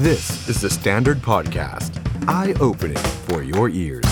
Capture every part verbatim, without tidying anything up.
This is the Standard Podcast. Eye-opening for your ears.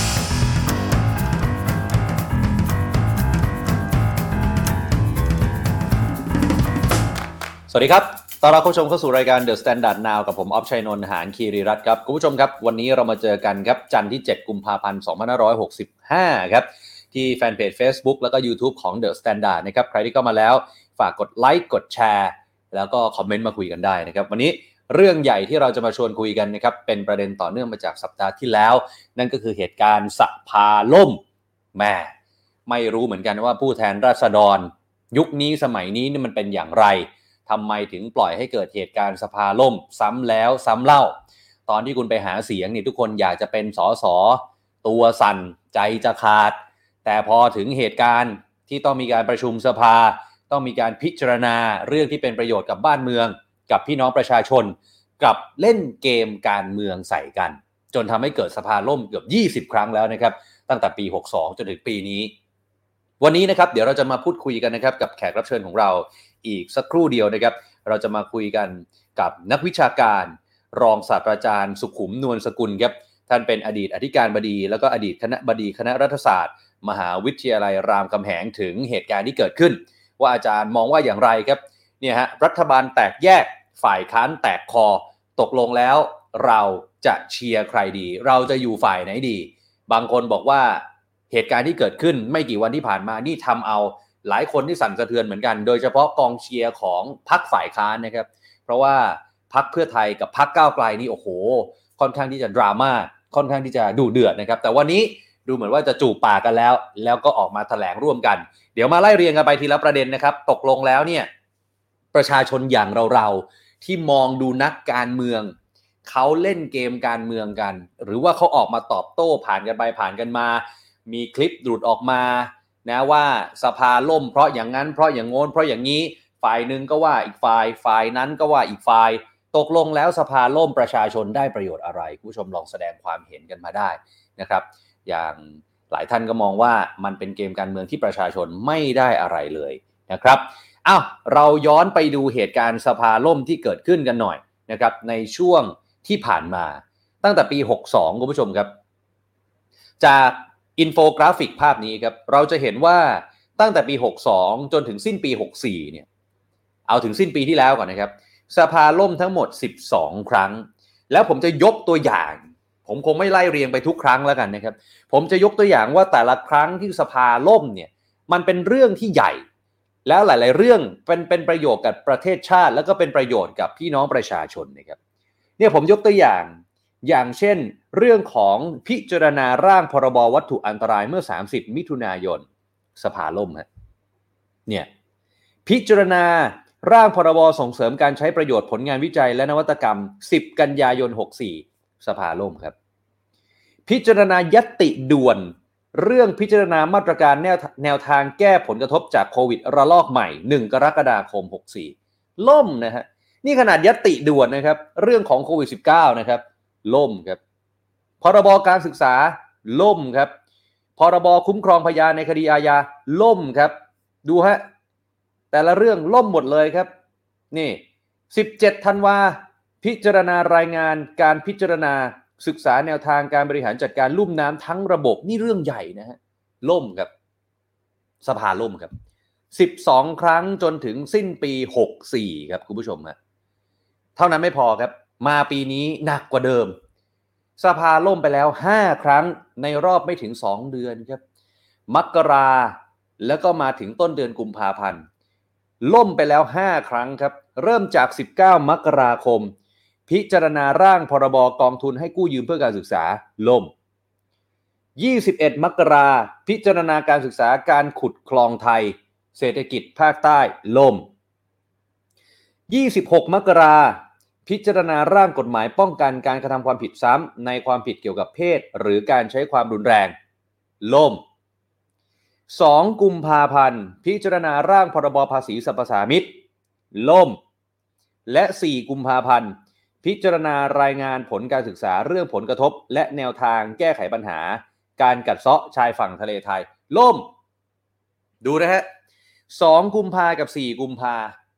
สวัสดีครับต้อนรับผู้ชมเข้าสู่รายการ The Standard Now กับผมออฟชัยนนท์ หานคีรีรัตน์ครับคุณผู้ชมครับวันนี้เรามาเจอกันครับจันทร์ที่เจ็ดกุมภาพันธ์สองพันห้าร้อยหกสิบห้าครับที่แฟนเพจ Facebook แล้วก็ YouTube ของ The Standard นะครับใครที่เข้ามาแล้วฝากกดไลค์กดแชร์แล้วก็คอมเมนต์มาคุยกันได้นะครับวันนี้เรื่องใหญ่ที่เราจะมาชวนคุยกันนะครับเป็นประเด็นต่อเนื่องมาจากสัปดาห์ที่แล้วนั่นก็คือเหตุการณ์สภาล่มแม่ไม่รู้เหมือนกันว่าผู้แทนราษฎรยุคนี้สมัยนี้นี่มันเป็นอย่างไรทำไมถึงปล่อยให้เกิดเหตุการณ์สภาล่มซ้ำแล้วซ้ำเล่าตอนที่คุณไปหาเสียงนี่ทุกคนอยากจะเป็นสสตัวสั่นใจจะขาดแต่พอถึงเหตุการณ์ที่ต้องมีการประชุมสภาต้องมีการพิจารณาเรื่องที่เป็นประโยชน์กับบ้านเมืองกับพี่น้องประชาชนกลับเล่นเกมการเมืองใส่กันจนทำให้เกิดสภาล่มเกือบยี่สิบครั้งแล้วนะครับตั้งแต่ปีหกสิบสองจนถึงปีนี้วันนี้นะครับเดี๋ยวเราจะมาพูดคุยกันนะครับกับแขกรับเชิญของเราอีกสักครู่เดียวนะครับเราจะมาคุยกันกับนักวิชาการรองศาสตราจารย์สุขุมนวลสกุลครับท่านเป็นอดีตอธิการบดีแล้วก็อดีตคณบดีคณะรัฐศาสตร์มหาวิทยาลัยรามคำแหงถึงเหตุการณ์ที่เกิดขึ้นว่าอาจารย์มองว่าอย่างไรครับเนี่ยฮะรัฐบาลแตกแยกฝ่ายค้านแตกคอตกลงแล้วเราจะเชียร์ใครดีเราจะอยู่ฝ่ายไหนดีบางคนบอกว่าเหตุการณ์ที่เกิดขึ้นไม่กี่วันที่ผ่านมานี่ทำเอาหลายคนที่สั่นสะเทือนเหมือนกันโดยเฉพาะกองเชียร์ของพรรคฝ่ายค้านนะครับเพราะว่าพรรคเพื่อไทยกับพรรคก้าวไกลนี่โอ้โหค่อนข้างที่จะดราม่าค่อนข้างที่จะดุเดือดนะครับแต่วันนี้ดูเหมือนว่าจะจูบปากกันแล้วแล้วก็ออกมาแถลงร่วมกันเดี๋ยวมาไล่เรียงกันไปทีละประเด็นนะครับตกลงแล้วเนี่ยประชาชนอย่างเราๆที่มองดูนักการเมืองเขาเล่นเกมการเมืองกันหรือว่าเขาออกมาตอบโต้ผ่านกันไปผ่านกันมามีคลิปหลุดออกมานะว่าสภาล่มเพราะอย่างนั้นเพราะอย่างโน้นเพราะอย่างนี้ฝ่ายหนึ่งก็ว่าอีกฝ่ายฝ่ายนั้นก็ว่าอีกฝ่ายตกลงแล้วสภาล่มประชาชนได้ประโยชน์อะไรผู้ชมลองแสดงความเห็นกันมาได้นะครับอย่างหลายท่านก็มองว่ามันเป็นเกมการเมืองที่ประชาชนไม่ได้อะไรเลยนะครับอ้าวเราย้อนไปดูเหตุการณ์สภาล่มที่เกิดขึ้นกันหน่อยนะครับในช่วงที่ผ่านมาตั้งแต่ปีหกสิบสองคุณผู้ชมครับจากอินโฟกราฟิกภาพนี้ครับเราจะเห็นว่าตั้งแต่ปีหกสิบสองจนถึงสิ้นปีหกสิบสี่เนี่ยเอาถึงสิ้นปีที่แล้วก่อนนะครับสภาล่มทั้งหมดสิบสองครั้งแล้วผมจะยกตัวอย่างผมคงไม่ไล่เรียงไปทุกครั้งแล้วกันนะครับผมจะยกตัวอย่างว่าแต่ละครั้งที่สภาล่มเนี่ยมันเป็นเรื่องที่ใหญ่แล้วหลายๆเรื่องเป็นเป็นประโยชน์กับประเทศชาติแล้วก็เป็นประโยชน์กับพี่น้องประชาชนนะครับเนี่ยผมยกตัวอย่างอย่างเช่นเรื่องของพิจารณาร่างพรบวัตถุอันตรายเมื่อสามสิบมิถุนายนสภาล่มฮะเนี่ยพิจารณาร่างพรบส่งเสริมการใช้ประโยชน์ผลงานวิจัยและนวัตกรรมสิบกันยายนหกสิบสี่สภาล่มครับพิจารณาญัตติด่วนเรื่องพิจารณามาตรการแนวแนวทางแก้ผลกระทบจากโควิดระลอกใหม่หนึ่งกรกฎาคมหกสิบสี่ล่มนะฮะนี่ขนาดญัตติด่วนนะครับเรื่องของโควิดสิบเก้านะครับล่มครับพรบการศึกษาล่มครับพรบคุ้มครองพยานในคดีอาญาล่มครับดูฮะแต่ละเรื่องล่มหมดเลยครับนี่สิบเจ็ดธันวาพิจารณารายงานการพิจารณาศึกษาแนวทางการบริหารจัดการลุ่มน้ำทั้งระบบนี่เรื่องใหญ่นะฮะล่มครับสภาล่มครับสิบสองครั้งจนถึงสิ้นปีหกสิบสี่ครับคุณผู้ชมฮะเท่านั้นไม่พอครับมาปีนี้หนักกว่าเดิมสภาล่มไปแล้วห้าครั้งในรอบไม่ถึงสองเดือนครับมกราแล้วก็มาถึงต้นเดือนกุมภาพันธ์ล่มไปแล้วห้าครั้งครับเริ่มจากสิบเก้ามกราคมพิจารณาร่างพรบกองทุนให้กู้ยืมเพื่อการศึกษาล่มยี่สิบเอ็ดมกราพิจารณาการศึกษาการขุดคลองไทยเศรษฐกิจภาคใต้ล่มยี่สิบหกมกราพิจารณาร่างกฎหมายป้องกันการกระทำความผิดซ้ำในความผิดเกี่ยวกับเพศหรือการใช้ความรุนแรงล่มสองกุมภาพันธ์พิจารณาร่างพรบภาษีสรรพสามิตล่มและสี่กุมภาพันธ์พิจารณารายงานผลการศึกษาเรื่องผลกระทบและแนวทางแก้ไขปัญหาการกัดเซาะชายฝั่งทะเลไทยล่มดูนะฮะสองกุมภากับสี่กุมภา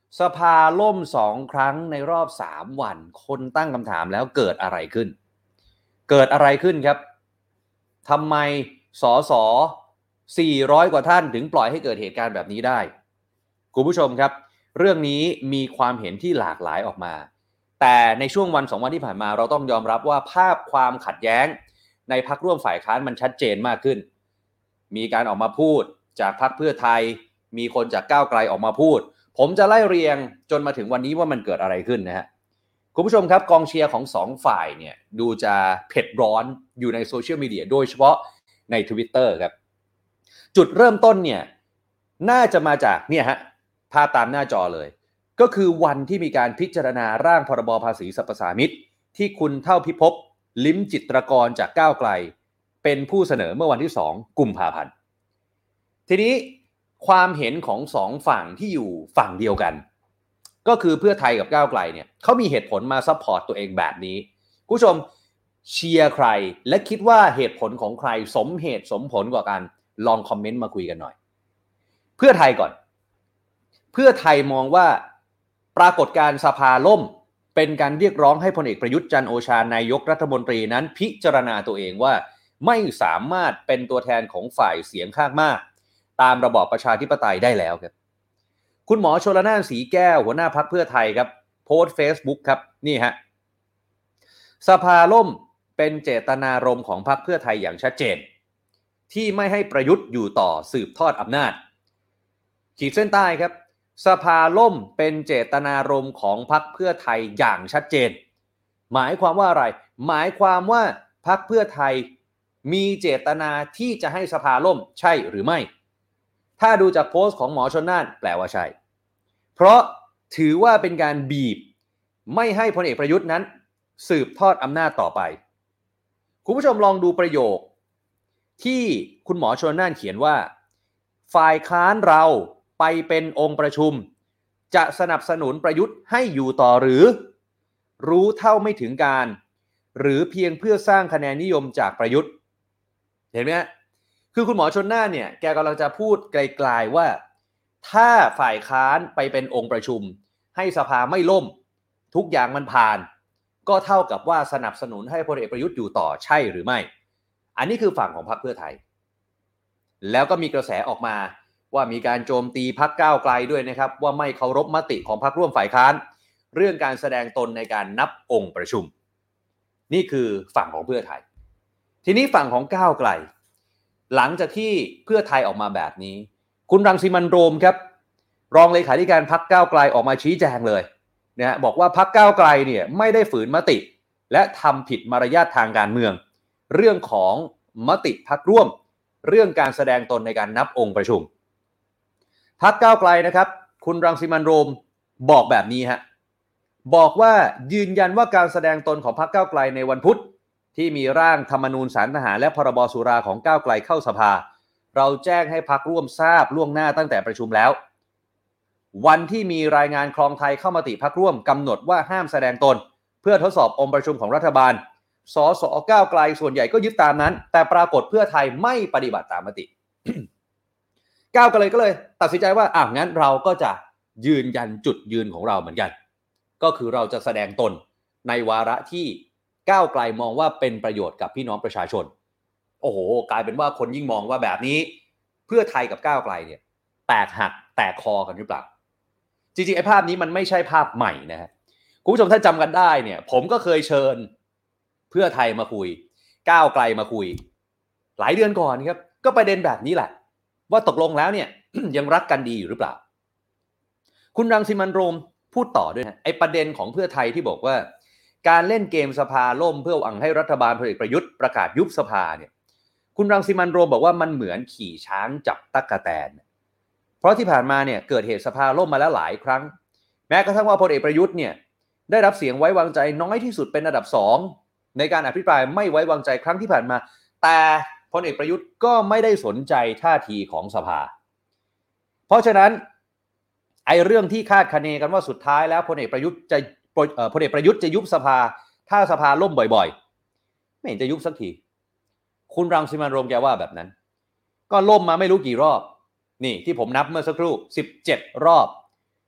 สภาล่มสองครั้งในรอบสามวันคนตั้งคำถามแล้วเกิดอะไรขึ้นเกิดอะไรขึ้นครับทำไมสสสี่ร้อยกว่าท่านถึงปล่อยให้เกิดเหตุการณ์แบบนี้ได้คุณผู้ชมครับเรื่องนี้มีความเห็นที่หลากหลายออกมาแต่ในช่วงวันสองวันที่ผ่านมาเราต้องยอมรับว่าภาพความขัดแย้งในพรรคร่วมฝ่ายค้านมันชัดเจนมากขึ้นมีการออกมาพูดจากพรรคเพื่อไทยมีคนจากก้าวไกลออกมาพูดผมจะไล่เรียงจนมาถึงวันนี้ว่ามันเกิดอะไรขึ้นนะฮะคุณผู้ชมครับกองเชียร์ของสองฝ่ายเนี่ยดูจะเผ็ดร้อนอยู่ในโซเชียลมีเดียโดยเฉพาะใน Twitter ครับจุดเริ่มต้นเนี่ยน่าจะมาจากเนี่ยฮะภาพตามหน้าจอเลยก็คือวันที่มีการพิจารณาร่างพรบภาษีสรรพสามิตที่คุณเท่าพิภพลิ้มจิตรกรจากก้าวไกลเป็นผู้เสนอเมื่อวันที่สองกุมภาพันธ์ทีนี้ความเห็นของสองฝั่งที่อยู่ฝั่งเดียวกันก็คือเพื่อไทยกับก้าวไกลเนี่ยเขามีเหตุผลมาซัพพอร์ตตัวเองแบบนี้คุณผู้ชมเชียร์ใครและคิดว่าเหตุผลของใครสมเหตุสมผลกว่ากันลองคอมเมนต์มาคุยกันหน่อยเพื่อไทยก่อนเพื่อไทยมองว่าปรากฏการณ์สภาล่มเป็นการเรียกร้องให้พลเอกประยุทธ์จันทร์โอชานายกรัฐมนตรีนั้นพิจารณาตัวเองว่าไม่สามารถเป็นตัวแทนของฝ่ายเสียงข้างมากตามระบอบประชาธิปไตยได้แล้วครับคุณหมอชลน่านสีแก้วหัวหน้าพรรคเพื่อไทยครับโพสต์ Facebook ครับนี่ฮะสภาล่มเป็นเจตนารมณ์ของพรรคเพื่อไทยอย่างชัดเจนที่ไม่ให้ประยุทธ์อยู่ต่อสืบทอดอำนาจขีดเส้นใต้ครับสภาล่มเป็นเจตนารมณ์ของพรรคเพื่อไทยอย่างชัดเจนหมายความว่าอะไรหมายความว่าพรรคเพื่อไทยมีเจตนาที่จะให้สภาล่มใช่หรือไม่ถ้าดูจากโพสต์ของหมอชลน่านแปลว่าใช่เพราะถือว่าเป็นการบีบไม่ให้พลเอกประยุทธ์นั้นสืบทอดอำนาจต่อไปคุณผู้ชมลองดูประโยคที่คุณหมอชลน่านเขียนว่าฝ่ายค้านเราไปเป็นองค์ประชุมจะสนับสนุนประยุทธ์ให้อยู่ต่อหรือรู้เท่าไม่ถึงการหรือเพียงเพื่อสร้างคะแนนนิยมจากประยุทธ์เห็นไหมฮะคือคุณหมอชลน่านเนี่ยแกกำลังจะพูดไกลๆว่าถ้าฝ่ายค้านไปเป็นองค์ประชุมให้สภาไม่ล่มทุกอย่างมันผ่านก็เท่ากับว่าสนับสนุนให้พลเอกประยุทธ์อยู่ต่อใช่หรือไม่อันนี้คือฝั่งของพรรคเพื่อไทยแล้วก็มีกระแสออกมาว่ามีการโจมตีพรรคก้าวไกลด้วยนะครับว่าไม่เคารพมติของพรรคร่วมฝ่ายค้านเรื่องการแสดงตนในการนับองค์ประชุมนี่คือฝั่งของเพื่อไทยทีนี้ฝั่งของก้าวไกลหลังจากที่เพื่อไทยออกมาแบบนี้คุณรังสิมันต์โรมครับรองเลขาธิการพรรคก้าวไกลออกมาชี้แจงเลยนะฮะบอกว่าพรรคก้าวไกลเนี่ยไม่ได้ฝืนมติและทำผิดมารยาททางการเมืองเรื่องของมติพรรคร่วมเรื่องการแสดงตนในการนับองค์ประชุมพรรคก้าวไกลนะครับคุณรังสิมันต์โรมบอกแบบนี้ฮะบอกว่ายืนยันว่าการแสดงตนของพรรคก้าวไกลในวันพุธที่มีร่างธรรมนูญศาลทหารและพรบสุราของก้าวไกลเข้าสภาเราแจ้งให้พรรคร่วมทราบล่วงหน้าตั้งแต่ประชุมแล้ววันที่มีรายงานครองไทยเข้ามติพรรคร่วมกำหนดว่าห้ามแสดงตนเพื่อทดสอบองค์ประชุมของรัฐบาลสสก้าวไกลส่วนใหญ่ก็ยึดตามนั้นแต่ปรากฏเพื่อไทยไม่ปฏิบัติตามมติ ก้าวไกลก็เลยตัดสินใจว่าอ่ะงั้นเราก็จะยืนยันจุดยืนของเราเหมือนกันก็คือเราจะแสดงตนในวาระที่ก้าวไกลมองว่าเป็นประโยชน์กับพี่น้องประชาชนโอ้โหกลายเป็นว่าคนยิ่งมองว่าแบบนี้เพื่อไทยกับก้าวไกลเนี่ยแตกหักแตกคอกันหรือเปล่าจริงๆไอ้ภาพนี้มันไม่ใช่ภาพใหม่นะฮะคุณผู้ชมถ้าจำกันได้เนี่ยผมก็เคยเชิญเพื่อไทยมาคุยก้าวไกลมาคุยหลายเดือนก่อนครับก็ประเด็นแบบนี้แหละว่าตกลงแล้วเนี่ย ยังรักกันดีอยู่หรือเปล่าคุณรังสิมันต์โรมพูดต่อด้วยนะไอ้ประเด็นของเพื่อไทยที่บอกว่าการเล่นเกมสภาล่มเพื่อหวังให้รัฐบาลพลเอกประยุทธ์ประกาศยุบสภาเนี่ยคุณรังสิมันต์โรมบอกว่ามันเหมือนขี่ช้างจับตั๊กแตนเพราะที่ผ่านมาเนี่ยเกิดเหตุสภาล่มมาแล้วหลายครั้งแม้กระทั่งว่าพลเอกประยุทธ์เนี่ยได้รับเสียงไว้วางใจน้อยที่สุดเป็นอันดับสองในการอภิปรายไม่ไว้วางใจครั้งที่ผ่านมาแต่พลเอกประยุทธ์ก็ไม่ได้สนใจท่าทีของสภาเพราะฉะนั้นไอ้เรื่องที่คาดคะเนกันว่าสุดท้ายแล้วพลเอกประยุทธ์จะพลเอกประยุทธ์จะยุบสภาถ้าสภาล่มบ่อยๆไม่เห็นจะยุบสักทีคุณรังสิมันต์โรมแกว่าแบบนั้นก็ล่มมาไม่รู้กี่รอบนี่ที่ผมนับเมื่อสักครู่สิบเจ็ดรอบ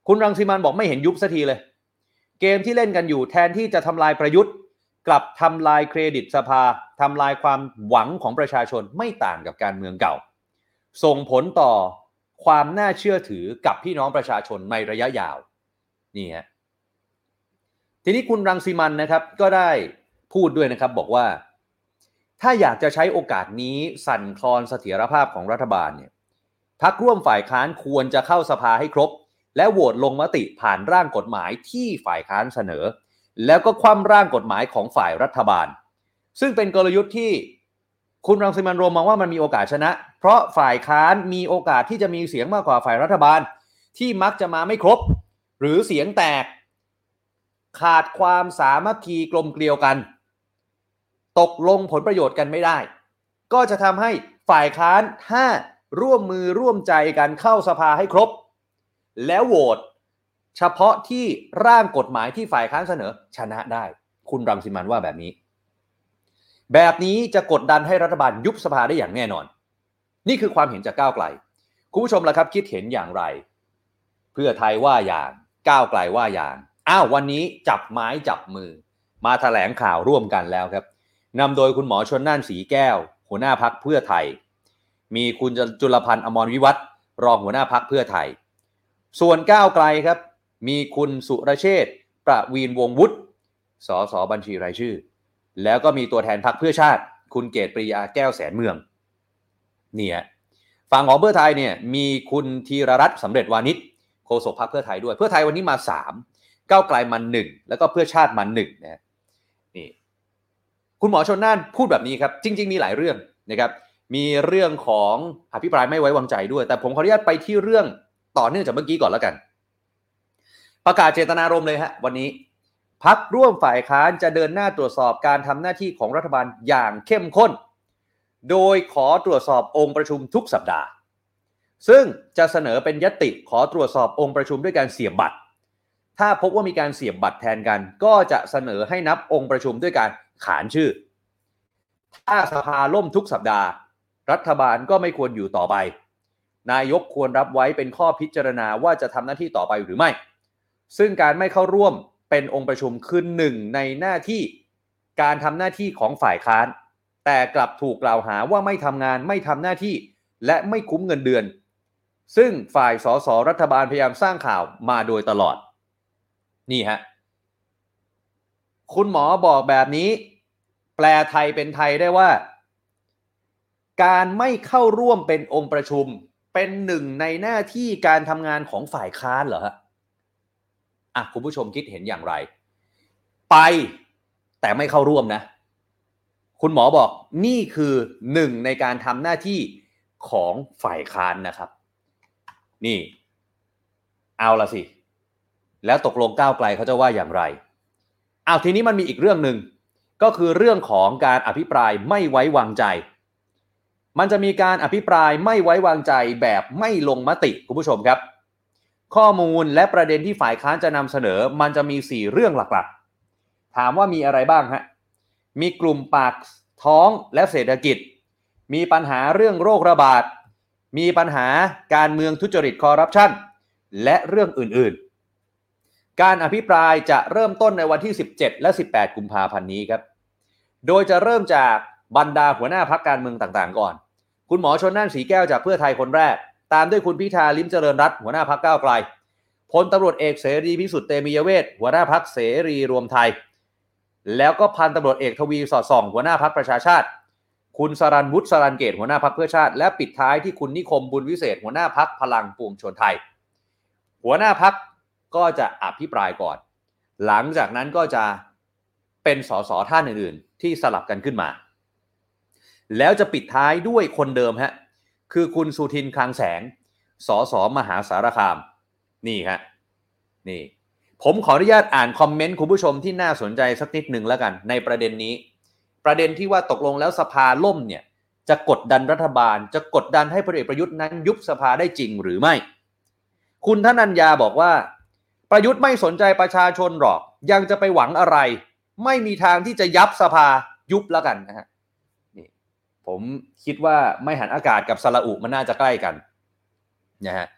คุณรังสิมันต์บอกไม่เห็นยุบสักทีเลยเกมที่เล่นกันอยู่แทนที่จะทำลายประยุทธ์กลับทำลายเครดิตสภาทำลายความหวังของประชาชนไม่ต่างกับการเมืองเก่าส่งผลต่อความน่าเชื่อถือกับพี่น้องประชาชนในระยะยาวนี่ฮะทีนี้คุณรังสิมันต์นะครับก็ได้พูดด้วยนะครับบอกว่าถ้าอยากจะใช้โอกาสนี้สั่นคลอนเสถียรภาพของรัฐบาลเนี่ยพรรคร่วมฝ่ายค้านควรจะเข้าสภาให้ครบและโหวตลงมติผ่านร่างกฎหมายที่ฝ่ายค้านเสนอแล้วก็คว่ำร่างกฎหมายของฝ่ายรัฐบาลซึ่งเป็นกลยุทธ์ที่คุณรังสิมันต์โรมมองว่ามันมีโอกาสชนะเพราะฝ่ายค้านมีโอกาสที่จะมีเสียงมากกว่าฝ่ายรัฐบาลที่มักจะมาไม่ครบหรือเสียงแตกขาดความสามัคคีกลมเกลียวกันตกลงผลประโยชน์กันไม่ได้ก็จะทำให้ฝ่ายค้านถ้าร่วมมือร่วมใจกันเข้าสภาให้ครบแล้วโหวตเฉพาะที่ร่างกฎหมายที่ฝ่ายค้านเสนอชนะได้คุณรังสิมันต์ว่าแบบนี้แบบนี้จะกดดันให้รัฐบาลยุบสภาได้อย่างแน่นอนนี่คือความเห็นจากก้าวไกลคุณผู้ชมล่ะครับคิดเห็นอย่างไรเพื่อไทยว่าอย่างก้าวไกลว่าอย่างอ้าววันนี้จับไม้จับมือมาแถลงข่าวร่วมกันแล้วครับนำโดยคุณหมอชลน่านสีแก้วหัวหน้าพรรคเพื่อไทยมีคุณจุลพันธ์อมรวิวัฒน์รองหัวหน้าพรรคเพื่อไทยส่วนก้าวไกลครับมีคุณสุรเชษฐ์ประวีณวงศ์วุฒิสสบัญชีรายชื่อแล้วก็มีตัวแทนพรรคเพื่อชาติคุณเกษปรียาแก้วแสนเมืองเนี่ยฝั่งของเพื่อไทยเนี่ยมีคุณธีรรัตน์สำเร็จวานิชโฆษกพรรคเพื่อไทยด้วยเพื่อไทยวันนี้มาสามก้าวไกลมาหนึ่งแล้วก็เพื่อชาติมาหนึ่งนะนี่คุณหมอชลน่านพูดแบบนี้ครับจริงๆมีหลายเรื่องนะครับมีเรื่องของอภิปรายไม่ไว้วางใจด้วยแต่ผมขออนุญาตไปที่เรื่องต่อเนื่องจากเมื่อกี้ก่อนแล้วกันประกาศเจตนารมณ์เลยฮะวันนี้พรรคร่วมฝ่ายค้านจะเดินหน้าตรวจสอบการทำหน้าที่ของรัฐบาลอย่างเข้มข้นโดยขอตรวจสอบองค์ประชุมทุกสัปดาห์ซึ่งจะเสนอเป็นญัตติขอตรวจสอบองค์ประชุมด้วยการเสียบบัตรถ้าพบว่ามีการเสียบบัตรแทนกันก็จะเสนอให้นับองค์ประชุมด้วยการขานชื่อถ้าสภาล่มทุกสัปดาห์รัฐบาลก็ไม่ควรอยู่ต่อไปนายกควรรับไว้เป็นข้อพิจารณาว่าจะทำหน้าที่ต่อไปหรือไม่ซึ่งการไม่เข้าร่วมเป็นองค์ประชุมคือหนึ่งในหน้าที่การทำหน้าที่ของฝ่ายค้านแต่กลับถูกกล่าวหาว่าไม่ทำงานไม่ทำหน้าที่และไม่คุ้มเงินเดือนซึ่งฝ่ายสสรัฐบาลพยายามสร้างข่าวมาโดยตลอดนี่ฮะคุณหมอบอกแบบนี้แปลไทยเป็นไทยได้ว่าการไม่เข้าร่วมเป็นองค์ประชุมเป็นหนึ่งในหน้าที่การทำงานของฝ่ายค้านเหรอฮะอ่ะคุณผู้ชมคิดเห็นอย่างไรไปแต่ไม่เข้าร่วมนะคุณหมอบอกนี่คือหนึ่งในการทำหน้าที่ของฝ่ายค้านนะครับนี่เอาละสิแล้วตกลงก้าวไกลเขาจะว่าอย่างไรเอาทีนี้มันมีอีกเรื่องหนึ่งก็คือเรื่องของการอภิปรายไม่ไว้วางใจมันจะมีการอภิปรายไม่ไว้วางใจแบบไม่ลงมติคุณผู้ชมครับข้อมูลและประเด็นที่ฝ่ายค้านจะนำเสนอมันจะมีสี่เรื่องหลักๆถามว่ามีอะไรบ้างฮะมีกลุ่มปากท้องและเศรษฐกิจมีปัญหาเรื่องโรคระบาดมีปัญหาการเมืองทุจริตคอร์รัปชันและเรื่องอื่นๆการอภิปรายจะเริ่มต้นในวันที่สิบเจ็ดและสิบแปดกุมภาพันธ์นี้ครับโดยจะเริ่มจากบรรดาหัวหน้าพรรคการเมืองต่างๆก่อนคุณหมอชลน่านสีแก้วจากเพื่อไทยคนแรกตามด้วยคุณพิธาลิ้มเจริญรัตน์หัวหน้าพรรคก้าวไกลพลตำรวจเอกเสรีพิสุทธิ์เตมียเวทหัวหน้าพรรคเสรีรวมไทยแล้วก็พันตำรวจเอกทวีสอดส่องหัวหน้าพรรคประชาชาติคุณสรัญวุฒิสรัญเกตหัวหน้าพรรคเพื่อชาติและปิดท้ายที่คุณนิคมบุญวิเศษหัวหน้าพรรคพลังปวงชนไทยหัวหน้าพรรคก็จะอภิปรายก่อนหลังจากนั้นก็จะเป็นสสท่านอื่นๆที่สลับกันขึ้นมาแล้วจะปิดท้ายด้วยคนเดิมฮะคือคุณสุทินคลังแสงสสมหาสารคามนี่ฮะนี่ผมขออนุญาตอ่านคอมเมนต์คุณผู้ชมที่น่าสนใจสักนิดหนึ่งแล้วกันในประเด็นนี้ประเด็นที่ว่าตกลงแล้วสภาล่มเนี่ยจะกดดันรัฐบาลจะกดดันให้พลเอกประยุทธ์นั้นยุบสภาได้จริงหรือไม่คุณธนัญญาบอกว่าประยุทธ์ไม่สนใจประชาชนหรอกยังจะไปหวังอะไรไม่มีทางที่จะยับสภายุบแล้วกันนะฮะนี่ผมคิดว่าไม่หันอากาศกับสระอุมันน่าจะใกล้กันนะฮะ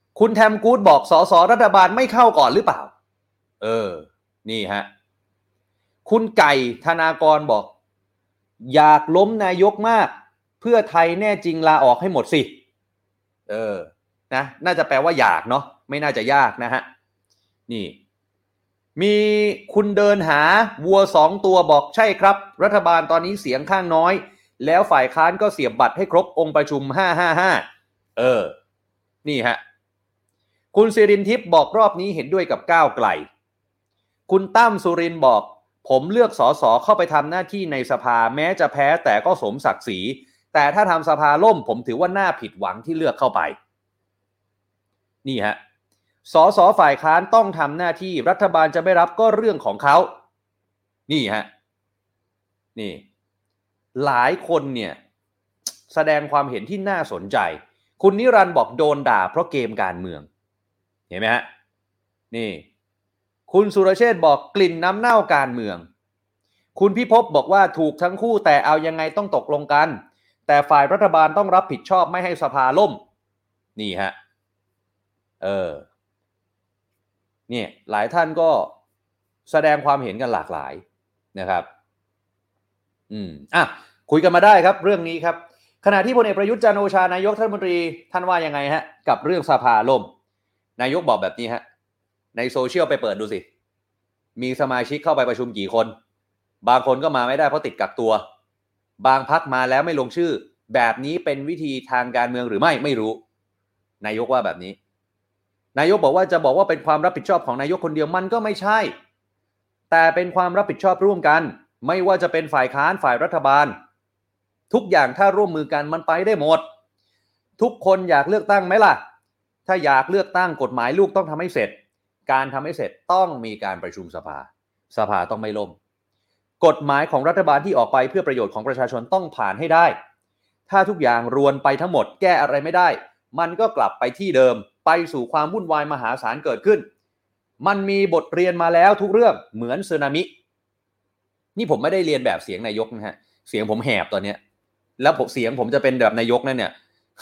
คุณแทมกู๊ดบอกสสรัฐบาลไม่เข้าก่อนหรือเปล่าเออนี่ฮะคุณไก่ธนากรบอกอยากล้มนายกมากเพื่อไทยแน่จริงลาออกให้หมดสิเออนะน่าจะแปลว่าอยากเนาะไม่น่าจะยากนะฮะนี่มีคุณเดินหาวัวสองตัวบอกใช่ครับรัฐบาลตอนนี้เสียงข้างน้อยแล้วฝ่ายค้านก็เสียบบัตรให้ครบองค์ประชุมห้าห้าห้าเออนี่ฮะคุณสิรินทิพย์บอกรอบนี้เห็นด้วยกับก้าวไกลคุณตั้มสุรินทร์บอกผมเลือกสสเข้าไปทำหน้าที่ในสภาแม้จะแพ้แต่ก็สมศักดิ์ศรีแต่ถ้าทำสภาล่มผมถือว่าน่าผิดหวังที่เลือกเข้าไปนี่ฮะสสฝ่ายค้านต้องทำหน้าที่รัฐบาลจะไม่รับก็เรื่องของเขานี่ฮะนี่หลายคนเนี่ยแสดงความเห็นที่น่าสนใจคุณนิรันดร์บอกโดนด่าเพราะเกมการเมืองเห็นไหมฮะนี่คุณสุรเชษฐ์บอกกลิ่นน้ำเน่าการเมืองคุณพิภพบอกว่าถูกทั้งคู่แต่เอายังไงต้องตกลงกันแต่ฝ่ายรัฐบาลต้องรับผิดชอบไม่ให้สภาล่มนี่ฮะเออเนี่ยหลายท่านก็แสดงความเห็นกันหลากหลายนะครับอืมอ่ะคุยกันมาได้ครับเรื่องนี้ครับขณะที่พลเอกประยุทธ์จันทร์โอชานายกรัฐมนตรีท่านว่ายังไงฮะกับเรื่องสภาล่มนายกบอกแบบนี้ฮะในโซเชียลไปเปิดดูสิมีสมาชิกเข้าไปประชุมกี่คนบางคนก็มาไม่ได้เพราะติดกักตัวบางพรรคมาแล้วไม่ลงชื่อแบบนี้เป็นวิธีทางการเมืองหรือไม่ไม่รู้นายกว่าแบบนี้นายกบอกว่าจะบอกว่าเป็นความรับผิดชอบของนายกคนเดียวมันก็ไม่ใช่แต่เป็นความรับผิดชอบร่วมกันไม่ว่าจะเป็นฝ่ายค้านฝ่ายรัฐบาลทุกอย่างถ้าร่วมมือกันมันไปได้หมดทุกคนอยากเลือกตั้งไหมล่ะถ้าอยากเลือกตั้งกฎหมายลูกต้องทำให้เสร็จการทำให้เสร็จต้องมีการประชุมสภาสภาต้องไม่ล่มกฎหมายของรัฐบาลที่ออกไปเพื่อประโยชน์ของประชาชนต้องผ่านให้ได้ถ้าทุกอย่างรวนไปทั้งหมดแก้อะไรไม่ได้มันก็กลับไปที่เดิมไปสู่ความวุ่นวายมหาศาลเกิดขึ้นมันมีบทเรียนมาแล้วทุกเรื่องเหมือนสึนามินี่ผมไม่ได้เรียนแบบเสียงนายกนะฮะเสียงผมแหบตอนนี้แล้วผมเสียงผมจะเป็นแบบนายกนั่นเนี่ย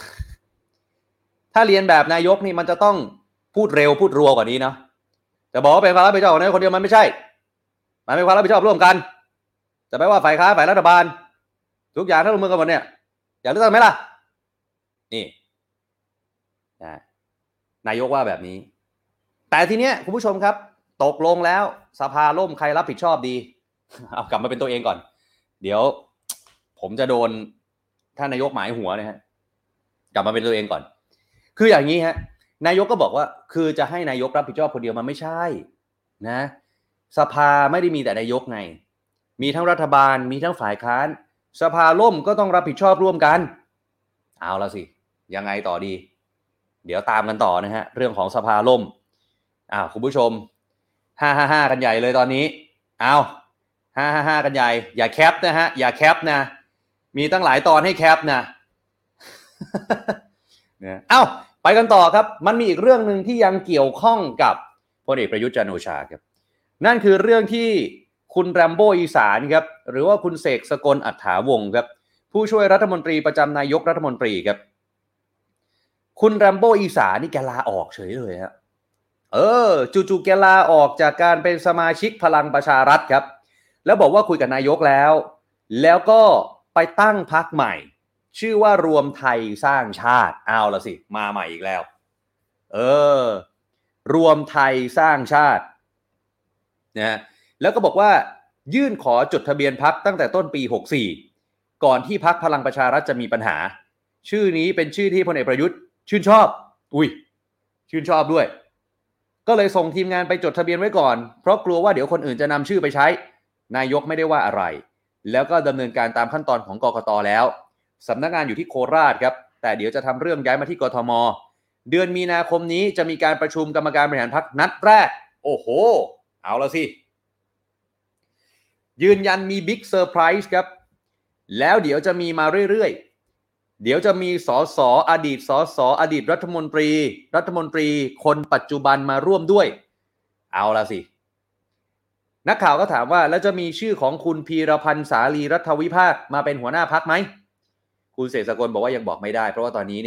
ถ้าเรียนแบบนายกนี่มันจะต้องพูดเร็วพูดรัวกว่านี้เนาะแต่บอกว่าเป็นความรับผิดชอบของนายกคนเดียวมันไม่ใช่มันเป็นความรับผิดชอบร่วมกันจะไม่ว่าฝ่ายค้านฝ่ายรัฐบาลทุกอย่างถ้าร่วมมือกันหมดเนี่ยอยากเลือกตั้งไหมล่ะนี่นะนายกว่าแบบนี้แต่ทีเนี้ยคุณผู้ชมครับตกลงแล้วสภาล่มใครรับผิดชอบดีเอากลับมาเป็นตัวเองก่อนเดี๋ยวผมจะโดนท่านนายกหมายหัวนะฮะกลับมาเป็นตัวเองก่อนคืออย่างนี้ฮะนายกก็บอกว่าคือจะให้นายกรับผิดชอบคนเดียวมันไม่ใช่นะสภาไม่ได้มีแต่นายกไงมีทั้งรัฐบาลมีทั้งฝ่ายค้านสภาล่มก็ต้องรับผิดชอบร่วมกันเอาละสิยังไงต่อดีเดี๋ยวตามกันต่อนะฮะเรื่องของสภาล่มอ้าวคุณผู้ชมห้าห้าห้ากันใหญ่เลยตอนนี้เอาห้าห้าห้ากันใหญ่อย่าแคปนะฮะอย่าแคปนะมีตั้งหลายตอนให้แคปนะเนี่ยเอ้าไปกันต่อครับมันมีอีกเรื่องนึงที่ยังเกี่ยวข้องกับพลเอกประยุทธ์จันทร์โอชาครับนั่นคือเรื่องที่คุณแรมโบ้อีสานครับหรือว่าคุณเสกสกลอัฏฐาวงศ์ครับผู้ช่วยรัฐมนตรีประจำนายกรัฐมนตรีครับคุณแรมโบ้อีสานนี่แกลาออกเฉยเลยฮะเออจู่ๆแกลาออกจากการเป็นสมาชิกพลังประชารัฐครับแล้วบอกว่าคุยกับนายกแล้วแล้วก็ไปตั้งพรรคใหม่ชื่อว่ารวมไทยสร้างชาติเอาละสิมาใหม่อีกแล้วเออรวมไทยสร้างชาตินะแล้วก็บอกว่ายื่นขอจดทะเบียนพรรคตั้งแต่ต้นปีหกสี่ก่อนที่พรรคพลังประชารัฐจะมีปัญหาชื่อนี้เป็นชื่อที่พลเอกประยุทธ์ชื่นชอบอุ้ยชื่นชอบด้วยก็เลยส่งทีมงานไปจดทะเบียนไว้ก่อนเพราะกลัวว่าเดี๋ยวคนอื่นจะนำชื่อไปใช้นายกไม่ได้ว่าอะไรแล้วก็ดำเนินการตามขั้นตอนของกกต.แล้วสำนักงานอยู่ที่โคราชครับแต่เดี๋ยวจะทำเรื่องย้ายมาที่กทม.เดือนมีนาคมนี้จะมีการประชุมกรรมการบริหารพรรคนัดแรกโอ้โหเอาละสิยืนยันมีบิ๊กเซอร์ไพรส์ครับแล้วเดี๋ยวจะมีมาเรื่อยๆเดี๋ยวจะมีสสอดีตสสอดีตรัฐมนตรีรัฐมนตรีคนปัจจุบันมาร่วมด้วยเอาละสินักข่าวก็ถามว่าแล้วจะมีชื่อของคุณพีรพันธ์สาลีรัฐวิภาคมาเป็นหัวหน้าพรรคไหมคุณเสกสกลบอกว่ายังบอกไม่ได้เพราะว่าตอนนี้เนี่ย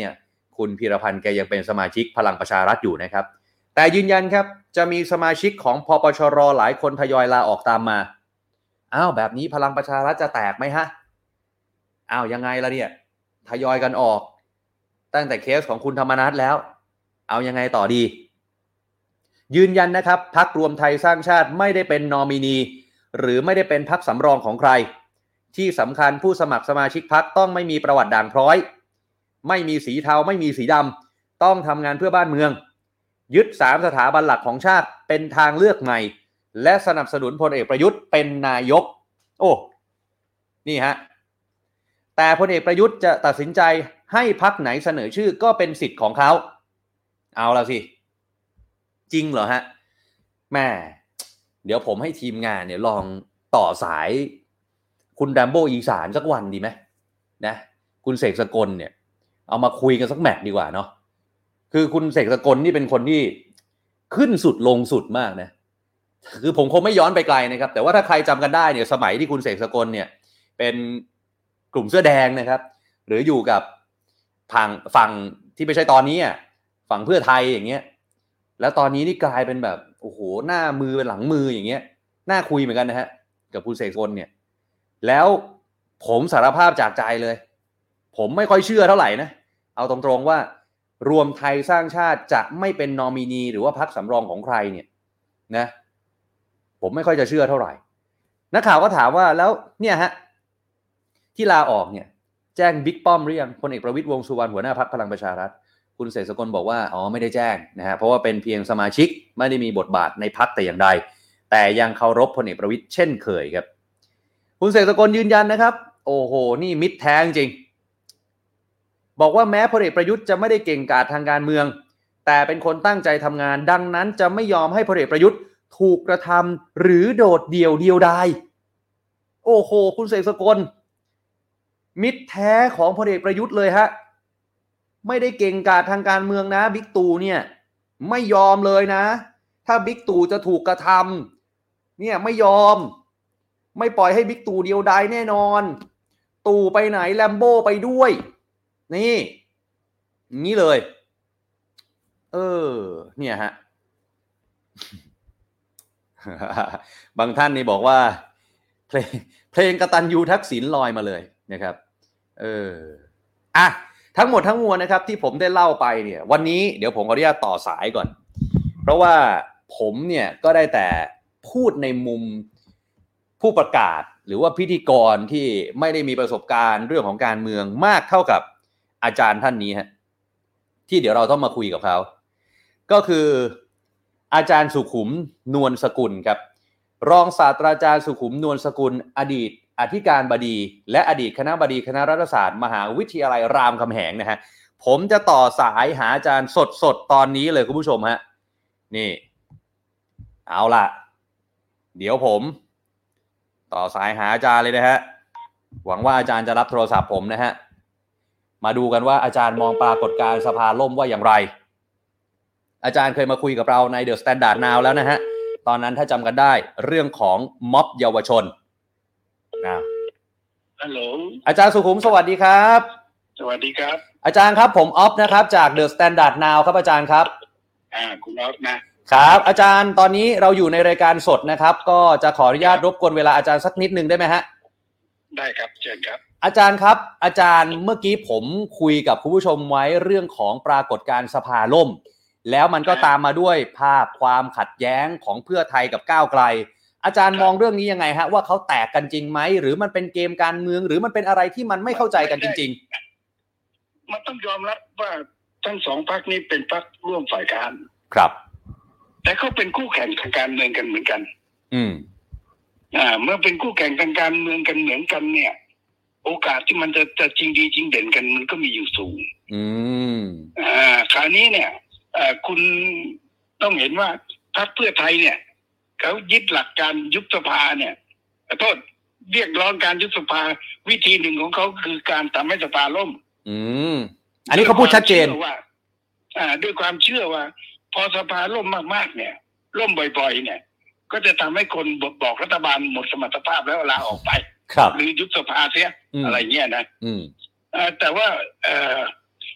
คุณพีรพันธ์แกยังเป็นสมาชิกพลังประชารัฐอยู่นะครับแต่ยืนยันครับจะมีสมาชิกของพปชรหลายคนทยอยลาออกตามมาอ้าวแบบนี้พลังประชารัฐจะแตกไหมฮะอ้าวยังไงล่ะเนี่ยทยอยกันออกตั้งแต่เคสของคุณธรรมนัสแล้วเอายังไงต่อดียืนยันนะครับพรรครวมไทยสร้างชาติไม่ได้เป็นนอมินีหรือไม่ได้เป็นพรรคสำรองของใครที่สำคัญผู้สมัครสมาชิกพรรคต้องไม่มีประวัติด่างพร้อยไม่มีสีเทาไม่มีสีดำต้องทำงานเพื่อบ้านเมืองยึดสามสถาบันหลักของชาติเป็นทางเลือกใหม่และสนับสนุนพลเอกประยุทธ์เป็นนายกโอ้นี่ฮะแต่พลเอกประยุทธ์จะตัดสินใจให้พรรคไหนเสนอชื่อก็เป็นสิทธิ์ของเขาเอาละสิจริงเหรอฮะแม่เดี๋ยวผมให้ทีมงานเนี่ยลองต่อสายคุณดัมโบอีสานสักวันดีไหมนะคุณเสกสกลเนี่ยเอามาคุยกันสักแมตช์ดีกว่าเนาะคือคุณเสกสกลนี่เป็นคนที่ขึ้นสุดลงสุดมากนะคือผมคงไม่ย้อนไปไกลนะครับแต่ว่าถ้าใครจำกันได้เนี่ยสมัยที่คุณเสกสกลเนี่ยเป็นกลุ่มเสื้อแดงนะครับหรืออยู่กับฝั่งฝั่งที่ไม่ใช่ตอนนี้อ่ะฝั่งเพื่อไทยอย่างเงี้ยแล้วตอนนี้นี่กลายเป็นแบบโอ้โหหน้ามือเป็นหลังมืออย่างเงี้ยน่าคุยเหมือนกันนะฮะกับคุณเสกสกลเนี่ยแล้วผมสารภาพจากใจเลยผมไม่ค่อยเชื่อเท่าไหร่นะเอาตรงๆว่ารวมไทยสร้างชาติจะไม่เป็นนอมินีหรือว่าพรรคสำรองของใครเนี่ยนะผมไม่ค่อยจะเชื่อเท่าไหร่นักข่าวก็ถามว่าแล้วเนี่ยฮะที่ลาออกเนี่ยแจ้งบิ๊กป้อมหรือยังพลเอกประวิตรวงษ์สุวรรณหัวหน้าพรรคพลังประชารัฐคุณเสกสกลบอกว่าอ๋อไม่ได้แจ้งนะฮะเพราะว่าเป็นเพียงสมาชิกไม่ได้มีบทบาทในพรรคแต่อย่างใดแต่ยังเคารพพลเอกประวิตรเช่นเคยครับคุณเสกสกลยืนยันนะครับโอ้โหนี่มิตรแท้จริงบอกว่าแม้พลเอกประยุทธ์จะไม่ได้เก่งกาจทางการเมืองแต่เป็นคนตั้งใจทำงานดังนั้นจะไม่ยอมให้พลเอกประยุทธ์ถูกกระทำหรือโดดเดี่ยวเดียวดายโอ้โหคุณเสกสกลมิตรแท้ของพลเอกประยุทธ์เลยฮะไม่ได้เก่งกาจทางการเมืองนะบิ๊กตู่เนี่ยไม่ยอมเลยนะถ้าบิ๊กตู่จะถูกกระทำเนี่ยไม่ยอมไม่ปล่อยให้บิ๊กตู่เดียวดายแน่นอนตู่ไปไหนแลมโบ้ไปด้วยนี่อย่างนี้เลยเออเนี่ยฮะ บางท่านนี่บอกว่าเพลงเพลงกตัญญูทักษิณลอยมาเลยนะครับเอออ่ะทั้งหมดทั้งมวลนะครับที่ผมได้เล่าไปเนี่ยวันนี้เดี๋ยวผมขออนุญาตต่อสายก่อนเพราะว่าผมเนี่ยก็ได้แต่พูดในมุมผู้ประกาศหรือว่าพิธีกรที่ไม่ได้มีประสบการณ์เรื่องของการเมืองมากเท่ากับอาจารย์ท่านนี้ฮะที่เดี๋ยวเราต้องมาคุยกับเขาก็คืออาจารย์สุขุมนวลสกุลครับรองศาสตราจารย์สุขุมนวลสกุลอดีตอธิการบดีและอดีตคณบดีคณะรัฐศาสตร์มหาวิทยาลัยรามคำแหงนะฮะผมจะต่อสายหาอาจารย์สดๆตอนนี้เลยคุณผู้ชมฮะนี่เอาล่ะเดี๋ยวผมต่อสายหาอาจารย์เลยนะฮะหวังว่าอาจารย์จะรับโทรศัพท์ผมนะฮะมาดูกันว่าอาจารย์มองปรากฏการณ์สภาล่มว่าอย่างไรอาจารย์เคยมาคุยกับเราใน The Standard Now แล้วนะฮะตอนนั้นถ้าจำกันได้เรื่องของม็อบเยาวชนนะฮัลโหลอาจารย์สุขุมสวัสดีครับสวัสดีครับอาจารย์ครับผมออฟนะครับจาก The Standard Now ครับอาจารย์ครับอ่าคุณออฟนะครับอาจารย์ตอนนี้เราอยู่ในรายการสดนะครับก็จะขออนุญาตรบกวนเวลาอาจารย์สักนิดนึงได้ไหมฮะได้ครับเชิญครับอาจารย์ครับอาจารย์เมื่อกี้ผมคุยกับคุณผู้ชมไว้เรื่องของปรากฏการณ์สภาล่มแล้วมันก็ตามมาด้วยภาพความขัดแย้งของเพื่อไทยกับก้าวไกลอาจารย์มองเรื่องนี้ยังไงฮะว่าเขาแตกกันจริงไหมหรือมันเป็นเกมการเมืองหรือมันเป็นอะไรที่มันไม่เข้าใจกันจริงๆมันต้องยอมรับว่าทั้งสองพรรคนี้เป็นพรรคร่วมฝ่ายค้านครับแต่เขาเป็นคู่แข่งทางการเมืองกันเหมือนกันอืมอ่าเมื่อเป็นคู่แข่งทางการเมืองกันเหมือนกันเนี่ยโอกาสที่มันจะจะจริงดีจริงเด่นกันมันก็มีอยู่สูงอืมอ่าคราวนี้เนี่ยคุณต้องเห็นว่าพรรคเพื่อไทยเนี่ยเขายึดหลักการยุบสภาเนี่ยขอโทษเรียกร้องการยุบสภาวิธีหนึ่งของเขาคือการทำให้สภาล่มอืมอันนี้เขาพูดชัดเจนว่าอ่าด้วยความเชื่อว่าพอสภาล่มมากๆเนี่ยล่มบ่อยๆเนี่ยก็จะทำให้คนบอกรัฐบาลหมดสมรรถภาพแล้วลาออกไปหรือยุบสภาเสียอะไรเงี้ยนะอืมอ่าแต่ว่าเอ่อ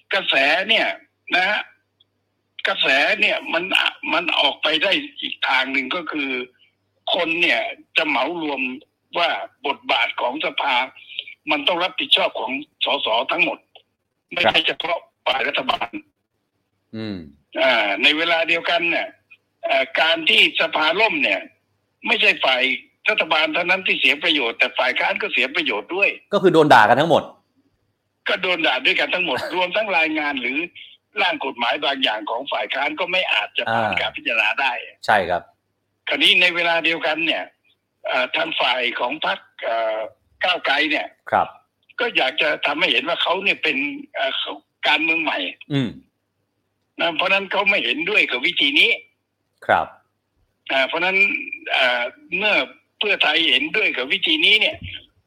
กระแสเนี่ยนะฮะกระแสเนี่ยมันมันออกไปได้อีกทางหนึ่งก็คือคนเนี่ยจะเหมารวมว่าบทบาทของสภามันต้องรับผิดชอบของสสทั้งหมดไม่ใช่เฉพาะฝ่ายรัฐบาลอืมอ่าในเวลาเดียวกันเนี่ยการที่สภาล่มเนี่ยไม่ใช่ฝ่ายรัฐบาลเท่านั้นที่เสียประโยชน์แต่ฝ่ายค้านก็เสียประโยชน์ด้วยก็คือโดนด่ากันทั้งหมดก็โดนด่าด้วยกันทั้งหมด รวมทั้งรายงานหรือร่างกฎหมายบางอย่างของฝ่ายค้านก็ไม่อาจจะผ่านการพิจารณาได้ใช่ครับคราวนี้ในเวลาเดียวกันเนี่ยทางฝ่ายของพรรคก้าวไกลเนี่ยครับก็อยากจะทำให้เห็นว่าเขาเนี่ยเป็นการเมืองใหม่อืมนะเพราะนั้นเขาไม่เห็นด้วยกับวิธีนี้ครับอ่าเพราะนั้นเมื่อเพื่อไทยเห็นด้วยกับวิธีนี้เนี่ย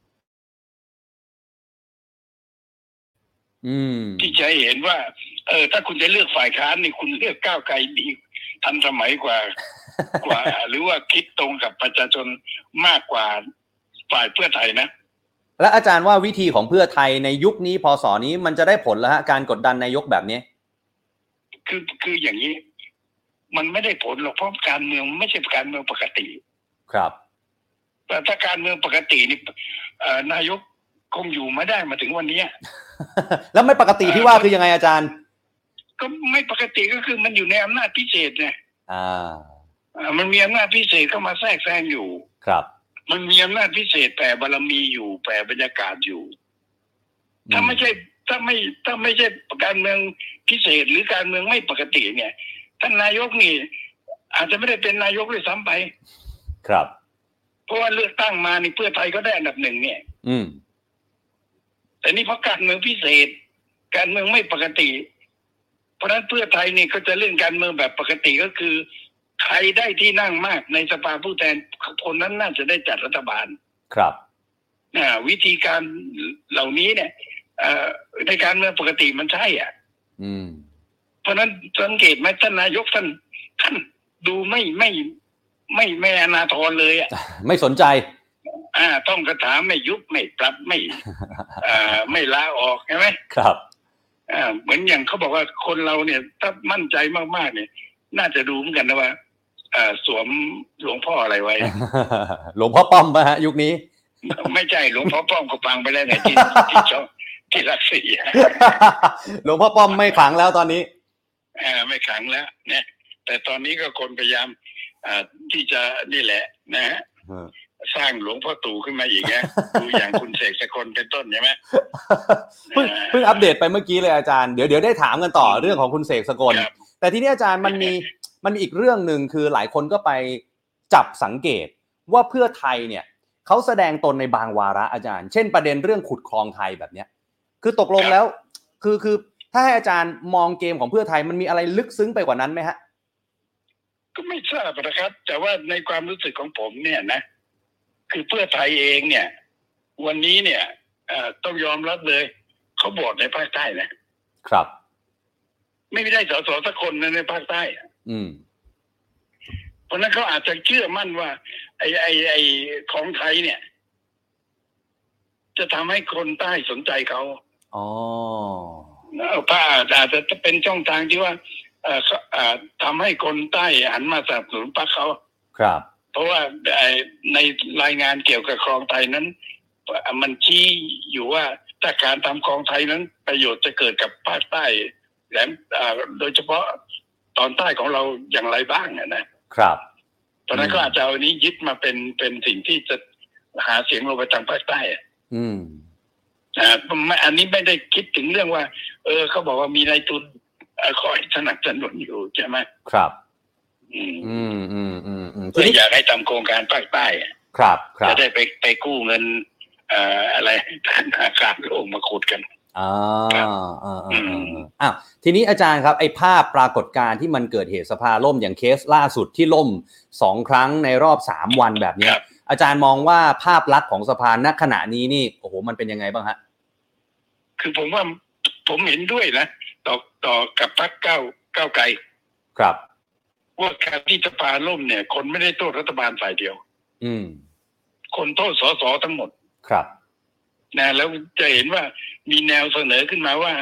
อืมที่จะเห็นว่าเออถ้าคุณจะเลือกฝ่ายค้านนี่คุณเลือกก้าวไกลดีทันสมัยกว่ากว่าหรือว่าคิดตรงกับประชาชนมากกว่าฝ่ายเพื่อไทยนะและอาจารย์ว่าวิธีของเพื่อไทยในยุคนี้พศนี้มันจะได้ผลแล้วฮะการกดดันนายกแบบนี้คือคืออย่างนี้มันไม่ได้ผลหรอกเพราะการเมืองไม่ใช่การเมืองปกติครับแต่ถ้าการเมืองปกตินี่นายกคงอยู่ไม่ได้มาถึงวันนี้แล้วไม่ปกติที่ว่าคือยังไงอาจารย์ก็ไม่ปกติก็คือมันอยู่ในอำนาจพิเศษไงอ่ามันมีอำนาจพิเศษเข้ามาแทรกแซงอยู่ครับมันมีอำนาจพิเศษแผ่บารมีอยู่แผ่บรรยากาศอยู่ถ้าไม่ใช่ถ้าไม่ถ้าไม่ใช่การเมืองพิเศษหรือการเมืองไม่ปกติเนี่ยท่านนายกนี่อาจจะไม่ได้เป็นนายกเลยซ้ำไปครับเพราะว่าเลือกตั้งมานี่เพื่อไทยก็ได้อันดับหนึ่งเนี่ยอืมแต่นี่เพราะการเมืองพิเศษการเมืองไม่ปกติเพราะฉะนั้นเพื่อไทยนี่ก็จะเล่นการเมืองแบบปกติก็คือใครได้ที่นั่งมากในสภาผู้แทนคนนั้นน่าจะได้จัดรัฐบาลครับอ่าวิธีการเหล่านี้เนี่ยในการเมืองปกติมันใช่อ่ะอืมเพราะนั้นสังเกตไหมท่านนายกท่านท่านดูไม่ไม่ไม่ไม่อนาถรเลยอ่ะไม่สนใจอ่าต้องกระถามไม่ยุบไม่ปรับไม่อ่าไม่ลาออกใช่ไหมครับอ่าเหมือนอย่างเขาบอกว่าคนเราเนี่ยถ้ามั่นใจมากๆเนี่ยน่าจะดูเหมือนกันนะว่าอ่าสวมหลวงพ่ออะไรไว้หลวงพ่อป้อมป่ะฮะยุคนี้ไม่ใช่หลวงพ่อป้อมก็ฟังไปแล้วไงที่ที่ช่องที่รักสีหลวงพ่อป้อมไม่ขลังแล้วตอนนี้อ่าไม่ขลังแล้วเนี่ยแต่ตอนนี้ก็คนพยายามอ่าที่จะนี่แหละนะฮะสร้างหลวงพ่อตู่ขึ้นมาอีกนะดูอย่างคุณเสกสกลเป็นต้นใช่ไหมเพิ่งเพิ่งอัปเดตไปเมื่อกี้เลยอาจารย์เดี๋ยวเดี๋ยวได้ถามกันต่อเรื่องของคุณเสกสกลแต่ทีนี้อาจารย์มันมีมันมีอีกเรื่องนึงคือหลายคนก็ไปจับสังเกตว่าเพื่อไทยเนี่ยเขาแสดงตนในบางวาระอาจารย์เช่นประเด็นเรื่องขุดคลองไทยแบบเนี้ยคือตกลงแล้วคือคือถ้าให้อาจารย์มองเกมของเพื่อไทยมันมีอะไรลึกซึ้งไปกว่านั้นไหมฮะก็ไม่ทราบนะครับแต่ว่าในความรู้สึกของผมเนี่ยนะคือเพื่อไทยเองเนี่ยวันนี้เนี่ยต้องยอมรับเลยเขาบอดในภาคใต้นะครับไม่ได้สสสักคนในภาคใต้อืมเพราะนั้นเขาอาจจะเชื่อมั่นว่าไอ้ไอ้ไอ้ของไทยเนี่ยจะทำให้คนใต้สนใจเขาอ๋อป้าอาจจะเป็นช่องทางที่ว่าเอ่อทำให้คนใต้หันมาสนับสนุนพรรคเขาครับเพราะว่าในรายงานเกี่ยวกับคลองไทยนั้นมันชี้อยู่ว่าถ้าการทำคลองไทยนั้นประโยชน์จะเกิดกับภาคใต้แหลมโดยเฉพาะตอนใต้ของเราอย่างไรบ้างนะครับตอนนั้นก็อาจจะเอานี้ยึดมาเป็นเป็นสิ่งที่จะหาเสียงลงไปทางภาคใต้อืมอ่าอันนี้ไม่ได้คิดถึงเรื่องว่าเออเขาบอกว่ามีนายทุนคอยสนับสนุนอยู่ใช่ไหมครับอืมอืมอืมอืมอืมอยากให้ทำโครงการภาคใต้ครับครับจะได้ไปไปกู้เงินเอ่ออะไรธนาคารโลกมาขุดกันอ่าอ่าอ่าอ้าวทีนี้อาจารย์ครับไอ้ภาพปรากฏการณ์ที่มันเกิดเหตุสภาล่มอย่างเคสล่าสุดที่ล่มสองครั้งในรอบสามวันแบบนี้อาจารย์มองว่าภาพลักษณ์ของสภาณขณะนี้นี่โอ้โหมันเป็นยังไงบ้างฮะคือผมว่าผมเห็นด้วยนะต่อต่อกับพรรคก้าวก้าวไกลครับว่าการที่สภาล่มเนี่ยคนไม่ได้โทษรัฐบาลฝ่ายเดียวอืมคนโทษสสทั้งหมดครับนะแล้วจะเห็นว่ามีแนวเสนอขึ้นมาว่า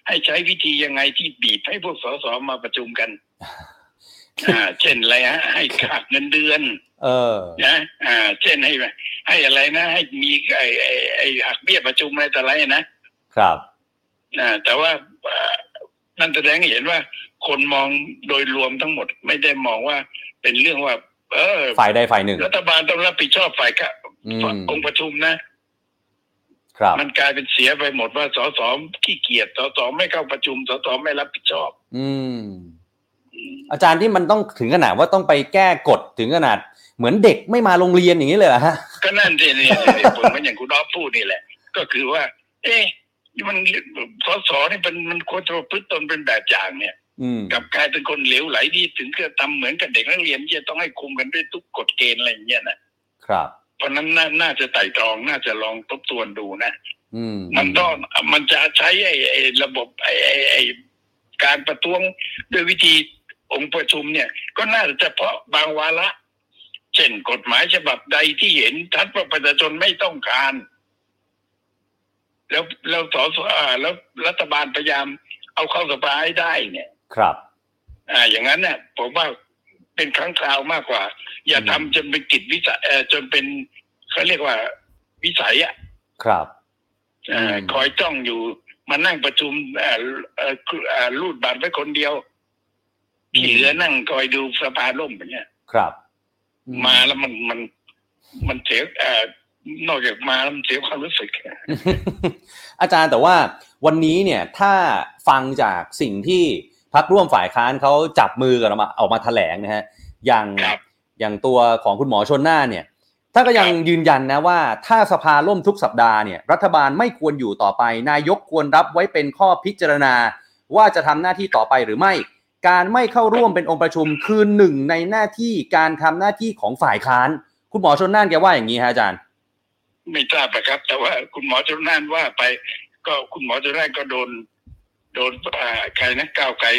ให้ใช้วิธียังไงที่บีบให้พวกสสมาประชุมกันอ่าเช่นอะไรฮะให้ขาดเงินเดือนเออนะอ่าเช่นให้ให้อะไรนะให้มีไอ้ไอ้ไอ้หักเบี้ยประชุมอะไรแต่ไรนะครับอ่าแต่ว่านั่นแสดงให้เห็นว่าคนมองโดยรวมทั้งหมดไม่ได้มองว่าเป็นเรื่องว่าเออฝ่ายใดฝ่ายหนึ่งรัฐบาลต้องรับผิดชอบฝ่ายกะองค์ประชุมนะครับมันกลายเป็นเสียไปหมดว่าสสขี้เกียจสสไม่เข้าประชุมสสไม่รับผิดชอบอืมอาจารย์ที่มันต้องถึงขนาดว่าต้องไปแก้กฎถึงขนาดเหมือนเด็กไม่มาโรงเรียนอย่างนี้เลยเหรอฮะก็นั่นสิเนี่ยผมเหมือนอย่างคุณอ๊อฟพูดนี่แหละก็คือว่าเอ๊ะมันสสนี่เป็นมันควรจะพฤติตนเป็นแบบอย่างเนี่ยกับกลายเป็นคนเหลวไหลที่ถึงจะทำเหมือนกับเด็กนักเรียนที่จะต้องให้คุมกันด้วยทุกกฎเกณฑ์อะไรอย่างเงี้ยนะครับเพราะนั้นน่าจะไต่ตรองน่าจะลองทบทวนดูนะมันต้องมันจะใช้ไอ้ไอ้ระบบไอ้ไอ้ไอ้การประท้วงด้วยวิธีองค์ประชุมเนี่ยก็น่าจะเฉพาะบางวาระเช่นกฎหมายฉบับใดที่เห็นทัดว่าประชาชนไม่ต้องการแล้วแล้วสสแล้วรัฐบาลพยายามเอาเข้าสภาให้ได้เนี่ยครับอ่าอย่างนั้นเนี่ยผมว่าเป็นครั้งคราวมากกว่าอย่าทำจนเป็นกิจวิสัยเอ่อจนเป็นเขาเรียกว่าวิสัยอ่ะครับอ่าคอยจ้องอยู่มานั่งประชุมเอ่อเอ่อรูดบัตรไว้คนเดียวที่เหลือนั่งคอยดูสภาล่มอย่างเงี้ยครับมาแล้วมันมันมันเสียเอ่อนอกจากมาแล้วมันเสียความรู้สึกอาจารย์แต่ว่าวันนี้เนี่ยถ้าฟังจากสิ่งที่พรรคร่วมฝ่ายค้านเขาจับมือกันออกมาออกมาแถลงนะฮะอย่างอย่างตัวของคุณหมอชลน่านเนี่ยถ้าก็ยังยืนยันนะว่าถ้าสภาล่มทุกสัปดาห์เนี่ยรัฐบาลไม่ควรอยู่ต่อไปนายกควรรับไว้เป็นข้อพิจารณาว่าจะทำหน้าที่ต่อไปหรือไม่การไม่เข้าร่วมเป็นองค์ประชุมคือหนึ่งในหน้าที่การทำหน้าที่ของฝ่ายค้านคุณหมอชลน่านแกว่าอย่างนี้ฮะอาจารย์ไม่ทราบนะครับแต่ว่าคุณหมอชลน่านว่าไปก็คุณหมอชลน่านก็โดนโดนใครนะก้าวไกล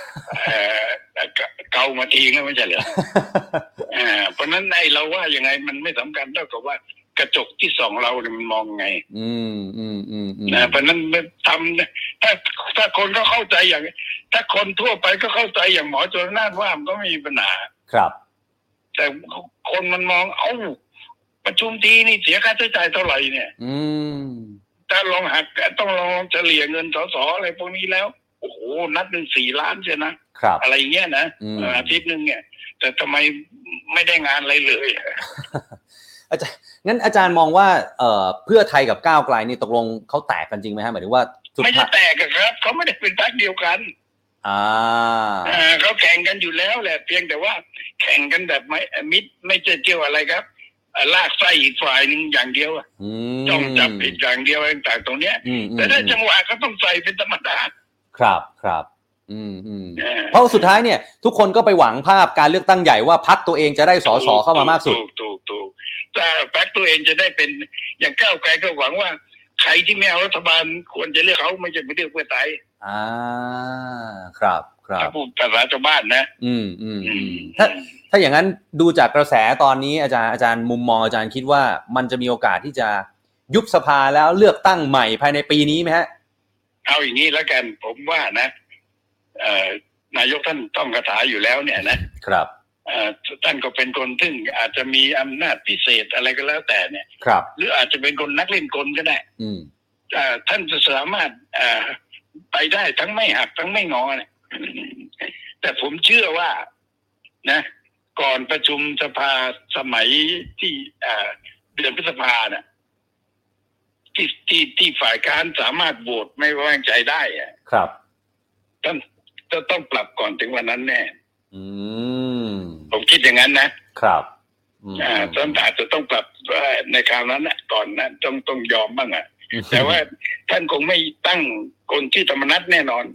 เกามาทีงั้นไม่ใช่เหรอเพราะนั้นไอ้เราว่ายังไงมันไม่สำคัญเท่ากับว่ากระจกที่ส่องเราเนี่ยมันมองไงอืมอืมอืมนะเพราะนั้นทำถ้าถ้าคนก็เข้าใจอย่างถ้าคนทั่วไปก็เข้าใจอย่างหมอชลน่านว่ามันก็ไม่มีปัญหาครับแต่คนมันมองเอ้าประชุมทีนี่เสียค่าใช้จ่ายเท่าไหร่เนี่ยอืมถ้าลองหักต้องลองเฉลี่ยเงินสสอะไรพวกนี้แล้วโอ้โหนัดหนึ่งสี่ล้านใช่นะอะไรเงี้ยนะอาทิตย์นึงเนี่ยแต่ทำไมไม่ได้งานอะไรเลยอาจารย์งั้นอาจารย์มองว่าเอ่อเพื่อไทยกับก้าวไกลนี่ตกลงเขาแตกกันจริงไหมฮะหมายถึงว่าไม่ได้แตกครับเขาไม่ได้เป็นพรรคเดียวกันอ่าเขาแข่งกันอยู่แล้วแหละเพียงแต่ว่าแข่งกันแบบไม่มิดไม่เจเจียวอะไรครับลากไส้อีกฝ่ายนึงอย่างเดียวจ้องจับอีกอย่างเดียวต่างๆตรงเนี้ยแต่ถ้าจังหวะก็ต้องใส่เป็นธรรมดาครับครับอืมอืมเพราะสุดท้ายเนี่ยทุกคนก็ไปหวังภาพการเลือกตั้งใหญ่ว่าพรรคตัวเองจะได้สสเข้ามามากสุดถูกถูกถูกถ้าพรรคตัวเองจะได้เป็นอย่างก้าวไกลก็หวังว่าใครที่ไม่เอารัฐบาลควรจะเลือกเขาไม่ใช่ไปเลือกเพื่อไทยอ่าครับครับถ้าพูดภาษาชาวบ้านนะอืมอืมอืมถ้าถ้าอย่างนั้นดูจากกระแสตอนนี้อาจารย์อาจารย์มุมมองอาจารย์คิดว่ามันจะมีโอกาสที่จะยุบสภาแล้วเลือกตั้งใหม่ภายในปีนี้ไหมฮะเอาอย่างนี้แล้วกันผมว่านะเอ่อนายกท่านต้องคาถาอยู่แล้วเนี่ยนะครับเอ่อท่านก็เป็นคนซึ่งอาจจะมีอำนาจพิเศษอะไรก็แล้วแต่เนี่ยครับหรืออาจจะเป็นคนนักเล่นกลก็ได้อืมเอ่อท่านจะสามารถเอ่อไปได้ทั้งไม่หักทั้งไม่งอเนี่ยแต่ผมเชื่อว่านะก่อนประชุมสภาสมัยที่เดือนพฤษภาเนี่ยที่ที่ที่ฝ่ายค้านสามารถโหวตไม่ไว้วางใจได้ครับท่านจะต้องปรับก่อนถึงวันนั้นแน่อืมผมคิดอย่างนั้นนะครับอ่าท่านอาจจะต้องปรับในคราวนั้นนะก่อนนะต้องต้องยอมบ้างอ่ะแต่ว่าท่านคงไม่ตั้งคนชื่อธรรมนัสแน่นอน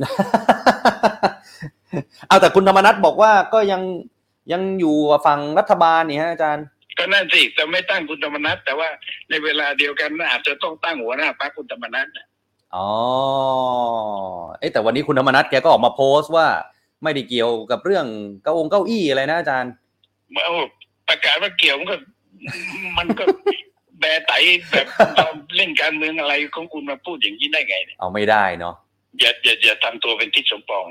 เอาแต่คุณธรรมนัสบอกว่าก็ยังยังอยู่ฝั่งรัฐบาลนี่ฮะอาจารย์ก็นั่นสิแต่ไม่ตั้งคุณธรรมนัสแต่ว่าในเวลาเดียวกันอาจจะต้องตั้งหัวหน้าพรรคคุณธรรมนัสอ๋อเอ้แต่วันนี้คุณธรรมนัสแกก็ออกมาโพสต์ว่าไม่ได้เกี่ยวกับเรื่องเก้าองเก้าอี้อะไรนะอาจารย์เอาประกาศว่าเกี่ยวมันก็มันก็แบไตแบบเล่นการเมืองอะไรของคุณมาพูดอย่างนี้ได้ไงเนี่ยเอาไม่ได้เนาะอย่าอย่าอย่าทำตัวเป็นทิศสมปอง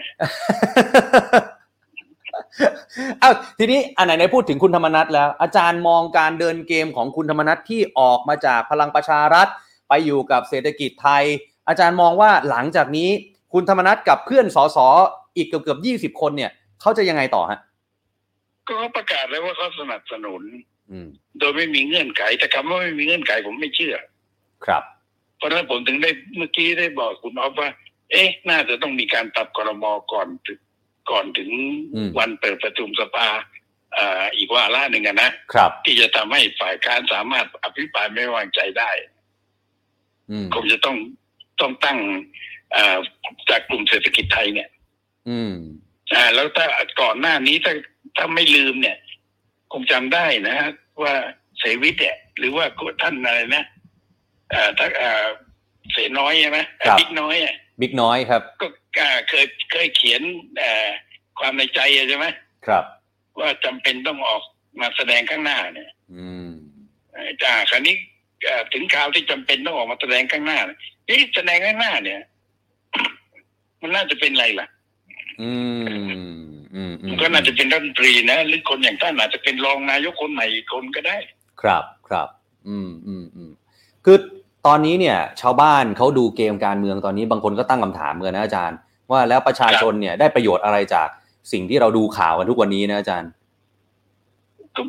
เอ้าทีนี้อันไหนๆพูดถึงคุณธรรมนัสแล้วอาจารย์มองการเดินเกมของคุณธรรมนัสที่ออกมาจากพลังประชารัฐไปอยู่กับเศรษฐกิจไทยอาจารย์มองว่าหลังจากนี้คุณธรรมนัสกับเพื่อนสสอีกเกือบๆยี่สิบคนเนี่ยเขาจะยังไงต่อฮะก็เขาประกาศแล้วว่าเขาสนับสนุนอืมโดยไม่มีเงื่อนไขแต่คำว่าไม่มีเงื่อนไขผมไม่เชื่อครับเพราะฉะนั้นผมถึงได้เมื่อกี้ได้บอกคุณอ๊อฟว่าเอ๊ะน่าจะต้องมีการปรับครม.ก่อนถึงก่อนถึงวันเปิดประชุมสภาอ่าอีกวาระหนึ่งนะครับที่จะทำให้ฝ่ายค้านสามารถอภิปรายไม่ไว้วางใจได้คงจะต้องต้องตั้งอ่าจากกลุ่มเศรษฐกิจไทยเนี่ยอืมอ่าแล้วถ้าก่อนหน้านี้ถ้าถ้าไม่ลืมเนี่ยคงจำได้นะฮะว่าเสวิทย์เนี่ยหรือว่าท่านอะไรนะอ่าถ้าอ่าเสน้อยใช่ไหมบิ๊กน้อยอ่ะบิ๊กน้อยครับก็เคยเคยเขียนความในใจใช่ไหมครับว่าจำเป็นต้องออกมาแสดงข้างหน้าเนี่ยอืมจ้าคราวนี้ถึงคราวที่จำเป็นต้องออกมาแสดงข้างหน้านี่แสดงข้างหน้าเนี่ยมันน่าจะเป็นอะไรล่ะอืมอืมมันก็น่าจะเป็นรัฐมนตรีนะหรือคนอย่างท่านอาจจะเป็นรองนายกคนใหม่อีกคนก็ได้ครับครับอืมอืมอืมคือตอนนี้เนี่ยชาวบ้านเขาดูเกมการเมืองตอนนี้บางคนก็ตั้งคำถามกันนะอาจารย์ว่าแล้วประชาชนเนี่ยได้ประโยชน์อะไรจากสิ่งที่เราดูข่าวกันทุกวันนี้นะอาจารย์ก็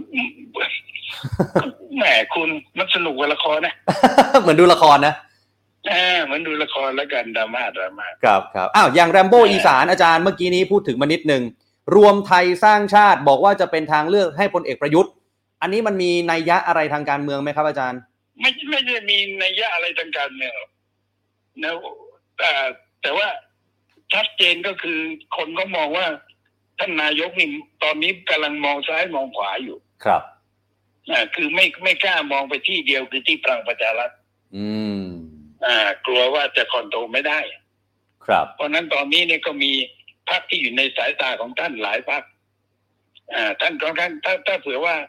แหมคุณมันสนุกกว่าละครนะเหมือนดูละครนะอ่าเหมือนดูละครแล้วกันดราม่าดราม่าครับครับอ้าวอย่างแรมโบ้อีสานอาจารย์เมื่อกี้นี้พูดถึงมานิดนึงรวมไทยสร้างชาติบอกว่าจะเป็นทางเลือกให้พลเอกประยุทธ์อันนี้มันมีนัยยะอะไรทางการเมืองไหมครับอาจารย์ไม่ไม่ได้มีนัยยะอะไรทางการเมืองนะแต่แต่ว่าชัดเจนก็คือคนก็มองว่าท่านนายกนี่ตอนนี้กำลังมองซ้ายมองขวาอยู่ครับอ่าคือไม่ไม่กล้ามองไปที่เดียวคือที่พลังประชารัฐอืมอ่ากลัวว่าจะคอนโทรลไม่ได้ครับเพราะนั้นตอนนี้เนี่ยก็มีพรรคที่อยู่ในสายตาของท่านหลายพรรคอ่าท่านของท่านถ้าถ้าเผื่อว่า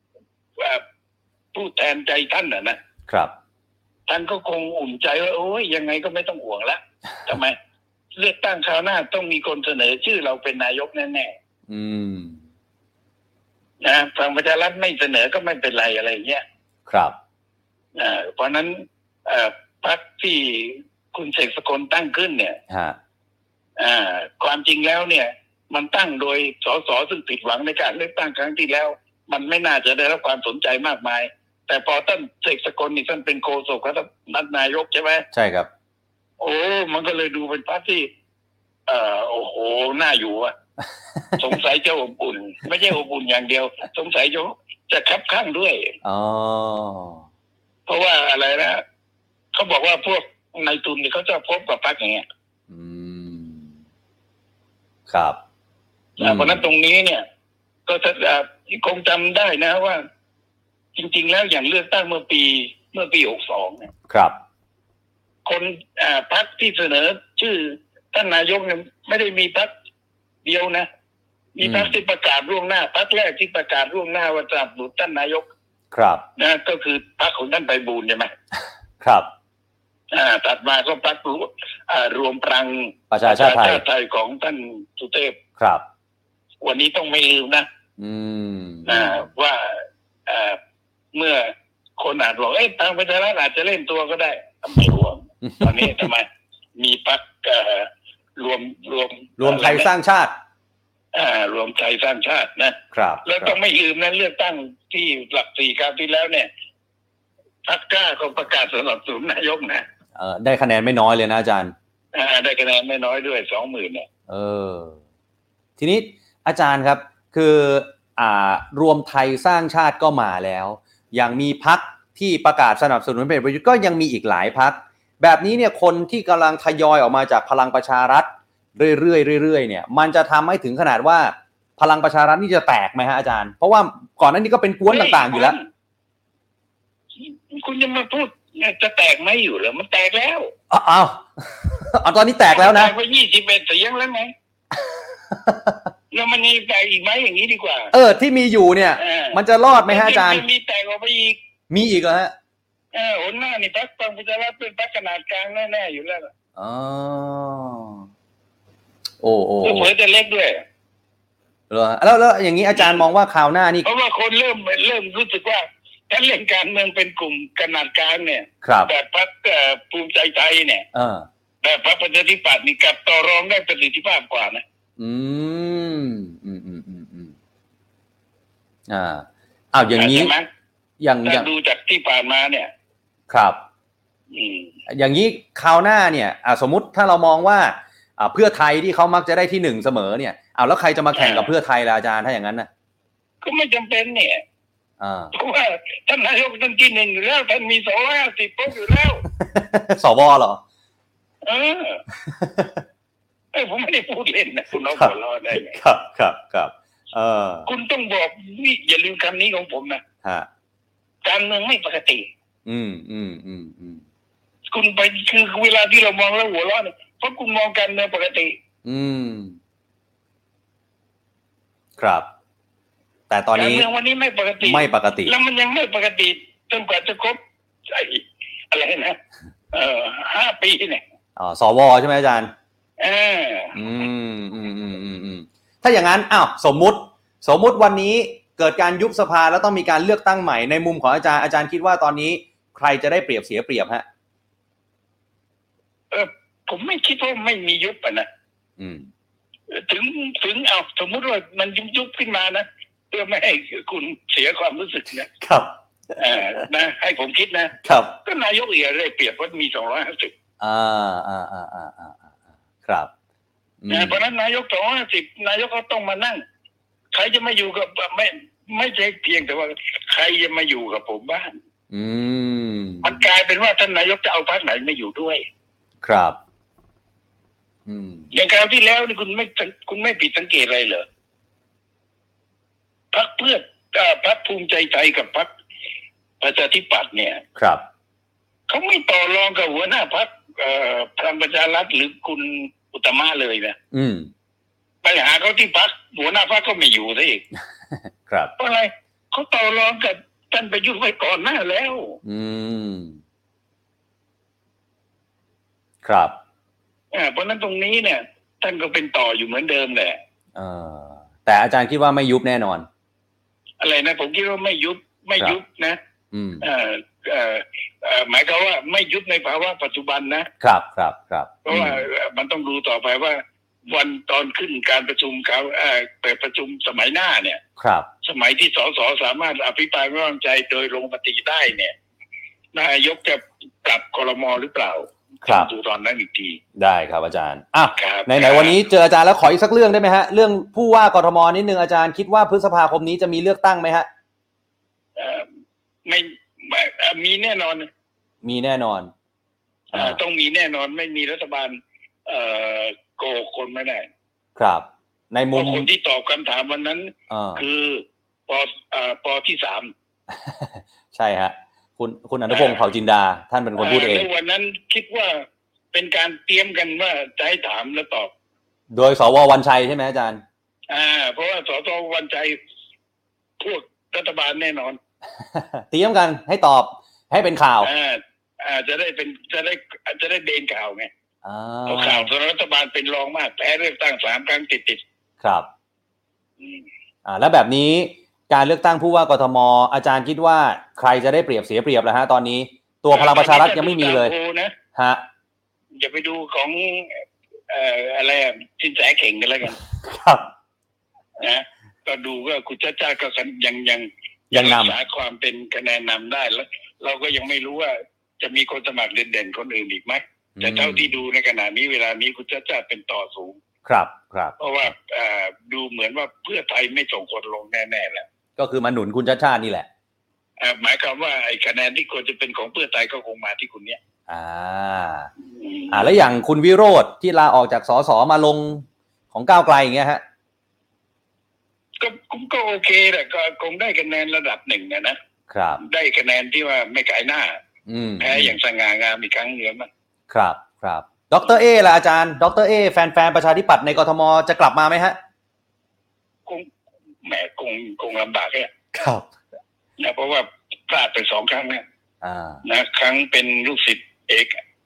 ผู้แทนใจท่านน่ะนะครับท่านก็คงอุ่นใจว่าโอ้ยยังไงก็ไม่ต้องห่วงละทำไมเลือกตั้งคราวหน้าต้องมีคนเสนอชื่อเราเป็นนายกแน่ๆอืมนะฝั่งประชารัฐไม่เสนอก็ไม่เป็นไรอะไรอย่างเงี้ยครับอ่าเพราะนั้นเอ่อพรรคที่คุณเสกสกลตั้งขึ้นเนี่ยฮะอ่าความจริงแล้วเนี่ยมันตั้งโดยสสซึ่งผิดหวังในการเลือกตั้งครั้งที่แล้วมันไม่น่าจะได้รับความสนใจมากมายแต่พอท่านเสกสกลนี่ท่านเป็นโฆษกของท่านนายกใช่ไหมใช่ครับโอ้มันก็เลยดูเป็นพรรคที่เอ่อโอ้โหน่าอยู่อ่ะ สงสัยจะอบอุ่นไม่ใช่อบอุ่นอย่างเดียวสงสัยจะจะคับข้างด้วยอ๋อเพราะว่าอะไรนะเขาบอกว่าพวกนายทุนนี่เขาจะพบกับพรรคอย่างเงี้ยอืมครับเพราะนั้นตรงนี้เนี่ยก็ถ้าคงจำได้นะว่าจริงๆแล้วอย่างเลือกตั้งเมื่อปีเมื่อปีหกสองเนี่ยครับคนอ่าพรรคที่เสนอชื่อท่านนายกเนี่ยไม่ได้มีพรรคเดียวนะมีพรรคที่ประกาศล่วงหน้าพรรคแรกที่ประกาศล่วงหน้าว่าจะสนับสนุนท่านนายกครับนะก็คือพรรคของท่านไพบูลย์ใช่ไหมครับอ่าถัดมาก็พรรคอ่ารวมพลังประชาชาติไทยของท่านสุเทพครับวันนี้ต้องไม่ลืมนะอืมอ่าว่าอ่าเมื่อคนอาจบอกเอ้ยทางประชารัฐอาจจะเล่นตัวก็ได้ไม่รวมตอนนี้ทำไมมีพรรครวมรวมรวมไทยสร้างชาติอ่ารวมไทยสร้างชาตินะครับแล้วต้องไม่ลืมนะเลือกตั้งที่หลักสี่คราวที่แล้วเนี่ยพรรคกล้าเขาประกาศสนับสนุนนายกนะเออได้คะแนนไม่น้อยเลยนะอาจารย์อ่าได้คะแนนไม่น้อยด้วยสองหมื่นเนี่ยเออทีนี้อาจารย์ครับคืออ่ารวมไทยสร้างชาติก็มาแล้วอย่างมีพรรคที่ประกาศสนับสนุนพลเอกประยุทธ์ก็ยังมีอีกหลายพรรคแบบนี้เนี่ยคนที่กำลังทยอยออกมาจากพลังประชารัฐเรื่อยๆเรื่อยๆเนี่ยมันจะทำให้ถึงขนาดว่าพลังประชารัฐนี่จะแตกไหมฮะอาจารย์เพราะว่าก่อนหน้านี้ก็เป็นกวนต่างๆอยู่แล้วคุณจะมาพูดจะแตกไหมอยู่เหรอมันแตกแล้วอ้าวเอาตอนนี้แตกแล้วนะแตกไปยี่สิบเอ็ดเสียงแล้วไงแล้วมันมีแตกอีกไหมอย่างนี้ดีกว่าเออที่มีอยู่เนี่ยมันจะรอดไหมฮะอาจารย์มีแตกออกไปอีกมีอีกเหรอฮะเออหนหน้านี่พรรคพลังประชารัฐเป็นพรรคขนาดกลางแน่ๆอยู่แล้วอ๋อโอ้โอ้เผยแต่เล็กด้วยเหรอแล้วแล้วอย่างนี้อาจารย์มองว่าคราวหน้านี่เพราะว่าคนเริ่มเริ่มรู้สึกว่าถ้าเล่นการเมืองเป็นกลุ่มขนาดกลางเนี่ยแบบพรรคภูมิใจไทยเนี่ยแบบพรรคประชาธิปัตย์นี่กับต่อรองได้ประสิทธิภาพกว่านะอืมอืมอืมอืมอืมอ่าอ้าวอย่างนี้อย่างอย่างดูจากที่ผ่านมาเนี่ยครับอย่างนี้คราวหน้าเนี่ยสมมุติถ้าเรามองว่าเพื่อไทยที่เขามักจะได้ที่หนึ่งเสมอเนี่ยเอาแล้วใครจะมาแข่งกับเพื่อไทยล่ะอาจารย์ถ้าอย่างนั้นนะก็ไม่จำเป็นเนี่ยเพราะว่าท่านนายกท่านที่หนึ่งอยู่แล้วท่านมีสองร้อยห้าสิบโต๊ะอยู่แล้วสวเหรอเออเอ้ผมไม่ได้พูดเล่นนะคุณน้องหัวเราะได้ไงครับครับครับเออคุณต้องบอกนี่อย่าลืมคำนี้ของผมนะฮะการเมืองไม่ปกติอืมอืมอืมอืมคุณไปคือเวลาที่เรามองแล้วหัวเราะเนี่ยเพราะคุณมองการเมืองปกติอืมครับแต่ตอนนี้การเมืองวันนี้ไม่ปกติไม่ปกติแล้วมันยังไม่ปกติจนกว่าจะครบไอ้อะไรนะเอ่อห้าปีเนี่ยอ๋อสวใช่ไหมอาจารย์เอออืมอืมอืมอืมอืมถ้าอย่างนั้นอ้าวสมมุติสมมุติวันนี้เกิดการยุบสภาแล้วต้องมีการเลือกตั้งใหม่ในมุมของอาจารย์อาจารย์คิดว่าตอนนี้ใครจะได้เปรียบเสียเปรียบฮะเออผมไม่คิดว่าไม่มียุบอ่ะนะอืมถึงถึงเอาสมมุติว่ามันยุบยุบขึ้นมานะเพื่อไม่ให้คุณเสียความรู้สึกนะครับเออนะให้ผมคิดนะครับก็นายกเอียได้เปรียบเพราะมีสองร้อยห้าสิบอ่าอ่าอ่าอ่าอ่าครับเพราะนั้นนายกสองร้อยห้าสิบนายกก็ต้องมานั่งใครจะมาอยู่กับไม่ไม่ใช่เพียงแต่ว่าใครจะมาอยู่กับผมบ้างอืมมันกลายเป็นว่าท่านนายกจะเอาพรรคไหนมาอยู่ด้วยครับอืมอย่างคราวที่แล้วนี่คุณไม่คุณไม่ผิดสังเกตอะไรเหรอพรรคเพื่อพรรคภูมิใจไทยกับพรรคประชาธิปัตย์เนี่ยครับเขาไม่ต่อรองกับหัวหน้าพรรคพลังประชารัฐหรือคุณอุตตมะเลยนะอืมปัญหาเขาที่พรรคหัวหน้าพรรคก็ไม่อยู่ซะอีกครับเพราะอะไรเขาต่อรองกับท่านประยุทธ์ไว้ก่อนหน้าแล้วอืมครับอ่าเพราะนั้นตรงนี้เนี่ยท่านก็เป็นต่ออยู่เหมือนเดิมแหละเออแต่อาจารย์คิดว่าไม่ยุบแน่นอนอะไรนะผมคิดว่าไม่ยุบไม่ยุบนะอืมเอ่อเอ่อเอ่อหมายความว่าไม่ยุบในภาวะปัจจุบันนะครับครับครับเพราะว่ามันต้องดูต่อไปว่าวันตอนขึ้นการประชุมเขาเอ่อเปิดประชุมสมัยหน้าเนี่ยครับสมัยที่สสสามารถอภิปรายไม่ไว้วางใจโดยลงมติได้เนี่ยนายกจะปรับครม.หรือเปล่าครับดูตอนนั้นอีกทีได้ครับอาจารย์อ่ะไหนๆวันนี้เจออาจารย์แล้วขออีกสักเรื่องได้ไหมฮะเรื่องผู้ว่ากทมนิดนึงอาจารย์คิดว่าพฤษภาคมนี้จะมีเลือกตั้งไหมฮะเอ่อไม่มีแน่นอนมีแน่นอนอ่าต้องมีแน่นอนไม่มีรัฐบาลเอ่อโกหกคนไม่ได้ครับในมุมคนที่ตอบคำถามวันนั้นคือปอ่าปที่สามใช่ฮะคุณคุณอนุพงศ์เผ่าจินดาท่านเป็นคนพูดเองวันนั้นคิดว่าเป็นการเตรียมกันว่าจะให้ถามแล้วตอบโดยสววันชัยใช่ไหมอาจารย์อ่าเพราะว่าสสวันชัยพวกรัฐบาลแน่นอนเตรียมกันให้ตอบให้เป็นข่าวอ่าอ่าจะได้เป็นจะได้จะได้เบนข่าวไงเพราะข่าวสำหรับรัฐบาลเป็นรองมากแพ้เลือกตั้งสามครั้งติดติดครับอ่าแล้วแบบนี้การเลือกตั้งผู้ว่ากทมอาจารย์คิดว่าใครจะได้เปรียบเสียเปรียบแล้วฮะตอนนี้ตัวพลังประชารัฐยังไม่มีเลยนะฮะอย่าไปดูของเอ่ออะไรสินแสเข่งกันแล้วกันครับนะก็ดูว่าคุณชาติชาติก็ยังยังยังนำรักษาความเป็นคะแนนนำได้แล้วเราก็ยังไม่รู้ว่าจะมีคนสมัครเด่นๆคนอื่นอีกไหมแต่เท่าที่ดูในขณะนี้เวลานี้คุณชาติชาติเป็นต่อสูงครับครับเพราะว่าดูเหมือนว่าเพื่อไทยไม่ส่งคนลงแน่ๆแหละก็คือมาหนุนคุณชาติชาตินี่แหละหมายความว่าไอ้คะแนนที่ควรจะเป็นของเพื่อไทยก็คงมาที่คุณเนี่ยอ่าอ่าแล้วอย่างคุณวิโรจน์ที่ลาออกจากสสมาลงของก้าวไกลอย่างเงี้ยฮะก็ก็โอเคแหละก็คงได้คะแนนระดับหนึ่งนะครับได้คะแนนที่ว่าไม่ไกลหน้าแพ้อย่างสง่างามอีกครั้งเดียวมั้งครับครับดร.เอล่ะอาจารย์ดร.เอแฟนๆประชาธิปัตย์ในกทมจะกลับมาไหมฮะคงแหมคงคงลำบากเนี่ยครับนะเพราะว่าพลาดไปสองครั้งเนี่ยนะครั้งเป็นลูกศิษย์เอก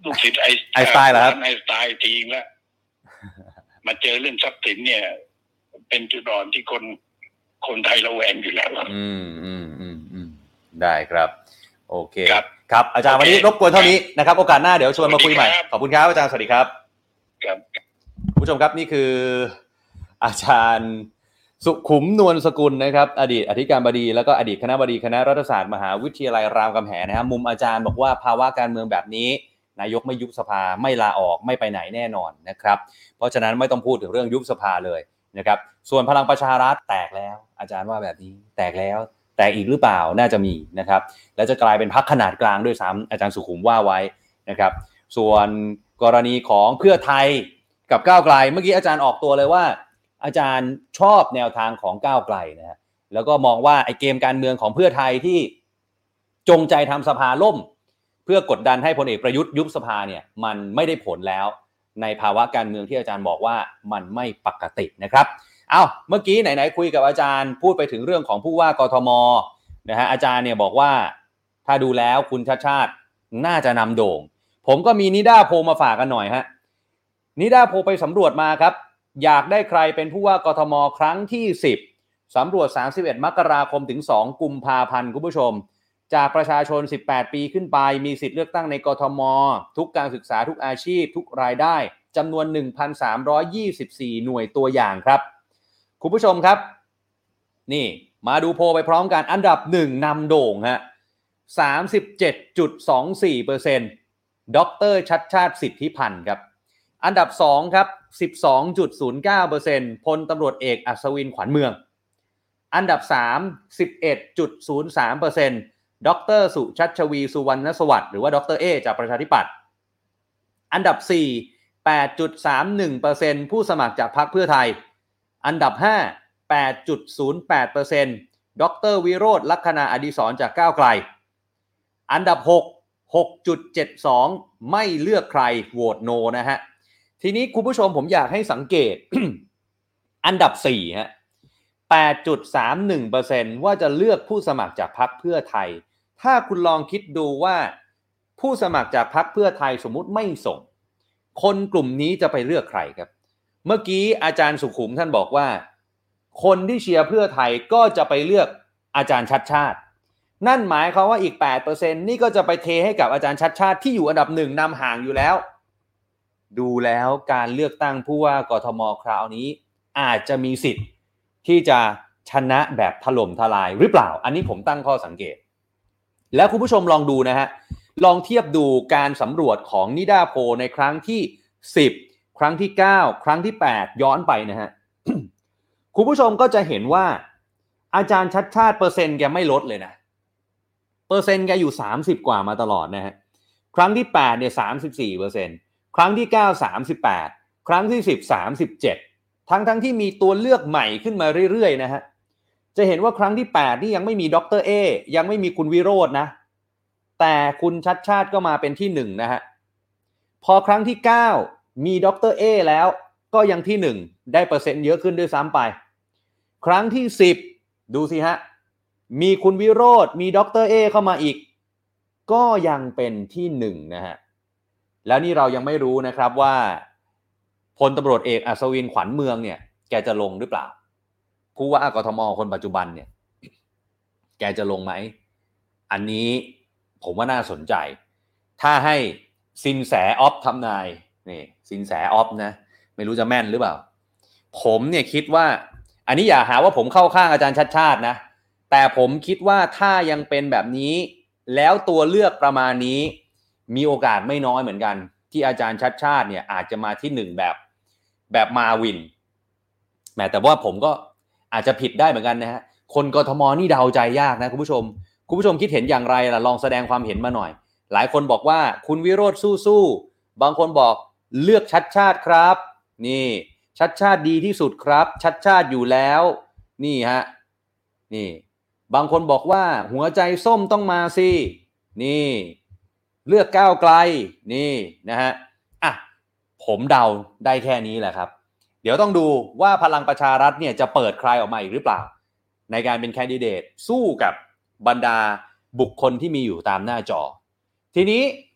ลูกศิษย์ไอไอสไตล์เหรอครับไอสไตล์ทีงแล้วมาเจอเรื่องทรัพย์สินเนี่ย เป็นจุดอ่อนที่คนคนไทยระแวงอยู่แล้วอืมอืมอืมอืมได้ครับโอเคครับครับอาจารย์วันนี้รบกวนเท่านี้นะครับโอกาสหน้าเดี๋ยวชวนมาคุยใหม่ขอบคุณครับอาจารย์สวัสดีครับครับผู้ชมครับนี่คืออาจารย์สุขุมนวลสกุลนะครับอดีตอธิการบดีแล้วก็อดีตคณบดีคณะรัฐศาสตร์มหาวิทยาลัยรามคำแหงนะครับมุมอาจารย์บอกว่าภาวะการเมืองแบบนี้นายกไม่ยุบสภาไม่ลาออกไม่ไปไหนแน่นอนนะครับเพราะฉะนั้นไม่ต้องพูดถึงเรื่องยุบสภาเลยนะครับส่วนพลังประชารัฐแตกแล้วอาจารย์ว่าแบบนี้แตกแล้วแตกอีกหรือเปล่าน่าจะมีนะครับแล้วจะกลายเป็นพรรคขนาดกลางด้วยซ้ำอาจารย์สุขุมว่าไว้นะครับส่วนกรณีของเพื่อไทยกับก้าวไกลเมื่อกี้อาจารย์ออกตัวเลยว่าอาจารย์ชอบแนวทางของก้าวไกลนะฮะแล้วก็มองว่าไอ้เกมการเมืองของเพื่อไทยที่จงใจทำสภาล่มเพื่อกดดันให้พลเอกประยุทธ์ยุบสภาเนี่ยมันไม่ได้ผลแล้วในภาวะการเมืองที่อาจารย์บอกว่ามันไม่ปกตินะครับเอ้าเมื่อกี้ไหนๆคุยกับอาจารย์พูดไปถึงเรื่องของผู้ว่ากทมนะฮะอาจารย์เนี่ยบอกว่าถ้าดูแล้วคุณชาติชาติน่าจะนำโด่งผมก็มีนิด้าโพลมาฝากกันหน่อยฮะนิด้าโพลไปสำรวจมาครับอยากได้ใครเป็นผู้ว่ากทมครั้งที่สิบสำรวจสามสิบเอ็ดมกราคมถึงสองกุมภาพันธ์คุณผู้ชมจากประชาชนสิบแปดปีขึ้นไปมีสิทธิ์เลือกตั้งในกทมทุกการศึกษาทุกอาชีพทุกรายได้จำนวน หนึ่งพันสามร้อยยี่สิบสี่ หน่วยตัวอย่างครับคุณผู้ชมครับนี่มาดูโพลไปพร้อมกันอันดับหนึ่งนำโด่งฮะ สามสิบเจ็ดจุดสองสี่เปอร์เซ็นต์ ดร.ชัชชาติสิทธิพันธ์ครับอันดับสองครับ สิบสองจุดศูนย์เก้าเปอร์เซ็นต์ พลตำรวจเอกอัศวินขวัญเมืองอันดับสาม สิบเอ็ดจุดศูนย์สามเปอร์เซ็นต์ ดร.สุชัชวีสุวรรณสวัสดิ์หรือว่าดร.เอจากประชาธิปัตย์อันดับสี่ แปดจุดสามหนึ่งเปอร์เซ็นต์ ผู้สมัครจากพรรคเพื่อไทยอันดับห้า แปดจุดศูนย์แปดเปอร์เซ็นต์ ดร.วิโรจน์ลัคนาอดิศรจากก้าวไกลอันดับหก หกจุดเจ็ดสอง ไม่เลือกใครโหวตโนนะฮะทีนี้คุณผู้ชมผมอยากให้สังเกต อันดับสี่ฮะ แปดจุดสามหนึ่งเปอร์เซ็นต์ ว่าจะเลือกผู้สมัครจากพรรคเพื่อไทยถ้าคุณลองคิดดูว่าผู้สมัครจากพรรคเพื่อไทยสมมุติไม่ส่งคนกลุ่มนี้จะไปเลือกใครครับเมื่อกี้อาจารย์สุขุมท่านบอกว่าคนที่เชียร์เพื่อไทยก็จะไปเลือกอาจารย์ชัชชาตินั่นหมายความว่าอีก แปดเปอร์เซ็นต์ นี่ก็จะไปเทให้กับอาจารย์ชัชชาติที่อยู่อันดับหนึ่งนำห่างอยู่แล้วดูแล้วการเลือกตั้งผู้ว่ากทมคราวนี้อาจจะมีสิทธิ์ที่จะชนะแบบถล่มทลายหรือเปล่าอันนี้ผมตั้งข้อสังเกตแล้วคุณผู้ชมลองดูนะฮะลองเทียบดูการสำรวจของนิด้าโพลในครั้งที่สิบครั้งที่เก้าครั้งที่แปดย้อนไปนะฮะ คุณผู้ชมก็จะเห็นว่าอาจารย์ชัชชาติเปอร์เซ็นต์แกไม่ลดเลยนะเปอร์เซ็นต์แกอยู่สามสิบกว่ามาตลอดนะฮะครั้งที่แปดเนี่ย สามสิบสี่เปอร์เซ็นต์ ครั้งที่เก้า สามสิบแปดครั้งที่สิบ สามสิบเจ็ดทั้งทั้งที่มีตัวเลือกใหม่ขึ้นมาเรื่อยๆนะฮะจะเห็นว่าครั้งที่แปดนี่ยังไม่มีดร.เอยังไม่มีคุณวิโรจน์นะแต่คุณชัชชาติก็มาเป็นที่หนึ่งนะฮะพอครั้งที่เก้ามีดร.เอแล้วก็ยังที่หนึ่งได้เปอร์เซ็นต์เยอะขึ้นด้วยซ้ำไปครั้งที่สิบดูสิฮะมีคุณวิโรจน์มีดร.เอเข้ามาอีกก็ยังเป็นที่หนึ่งนะฮะแล้วนี่เรายังไม่รู้นะครับว่าพลตำรวจเอกอัศวินขวัญเมืองเนี่ยแกจะลงหรือเปล่าผู้ว่ากทมคนปัจจุบันเนี่ยแกจะลงไหมอันนี้ผมว่าน่าสนใจถ้าให้สินแสออฟทำนายนี่สินแสออฟนะไม่รู้จะแม่นหรือเปล่าผมเนี่ยคิดว่าอันนี้อย่าหาว่าผมเข้าข้างอาจารย์ชัชชาตินะแต่ผมคิดว่าถ้ายังเป็นแบบนี้แล้วตัวเลือกประมาณนี้มีโอกาสไม่น้อยเหมือนกันที่อาจารย์ชัชชาติเนี่ยอาจจะมาที่หนึ่งแบบแบบมาวินแม้แต่ว่าผมก็อาจจะผิดได้เหมือนกันนะฮะคนกทมนี่เดาใจยากนะคุณผู้ชมคุณผู้ชมคิดเห็นอย่างไรล่ะลองแสดงความเห็นมาหน่อยหลายคนบอกว่าคุณวิโรจน์สู้ๆบางคนบอกเลือกชัชชาติครับนี่ชัชชาติดีที่สุดครับชัชชาติอยู่แล้วนี่ฮะนี่บางคนบอกว่าหัวใจส้มต้องมาสินี่เลือกก้าวไกลนี่นะฮะอ่ะผมเดาได้แค่นี้แหละครับเดี๋ยวต้องดูว่าพลังประชารัฐเนี่ยจะเปิดใครออกมาอีกหรือเปล่าในการเป็นแคนดิเดตสู้กับบรรดาบุคคลที่มีอยู่ตามหน้าจอทีนี้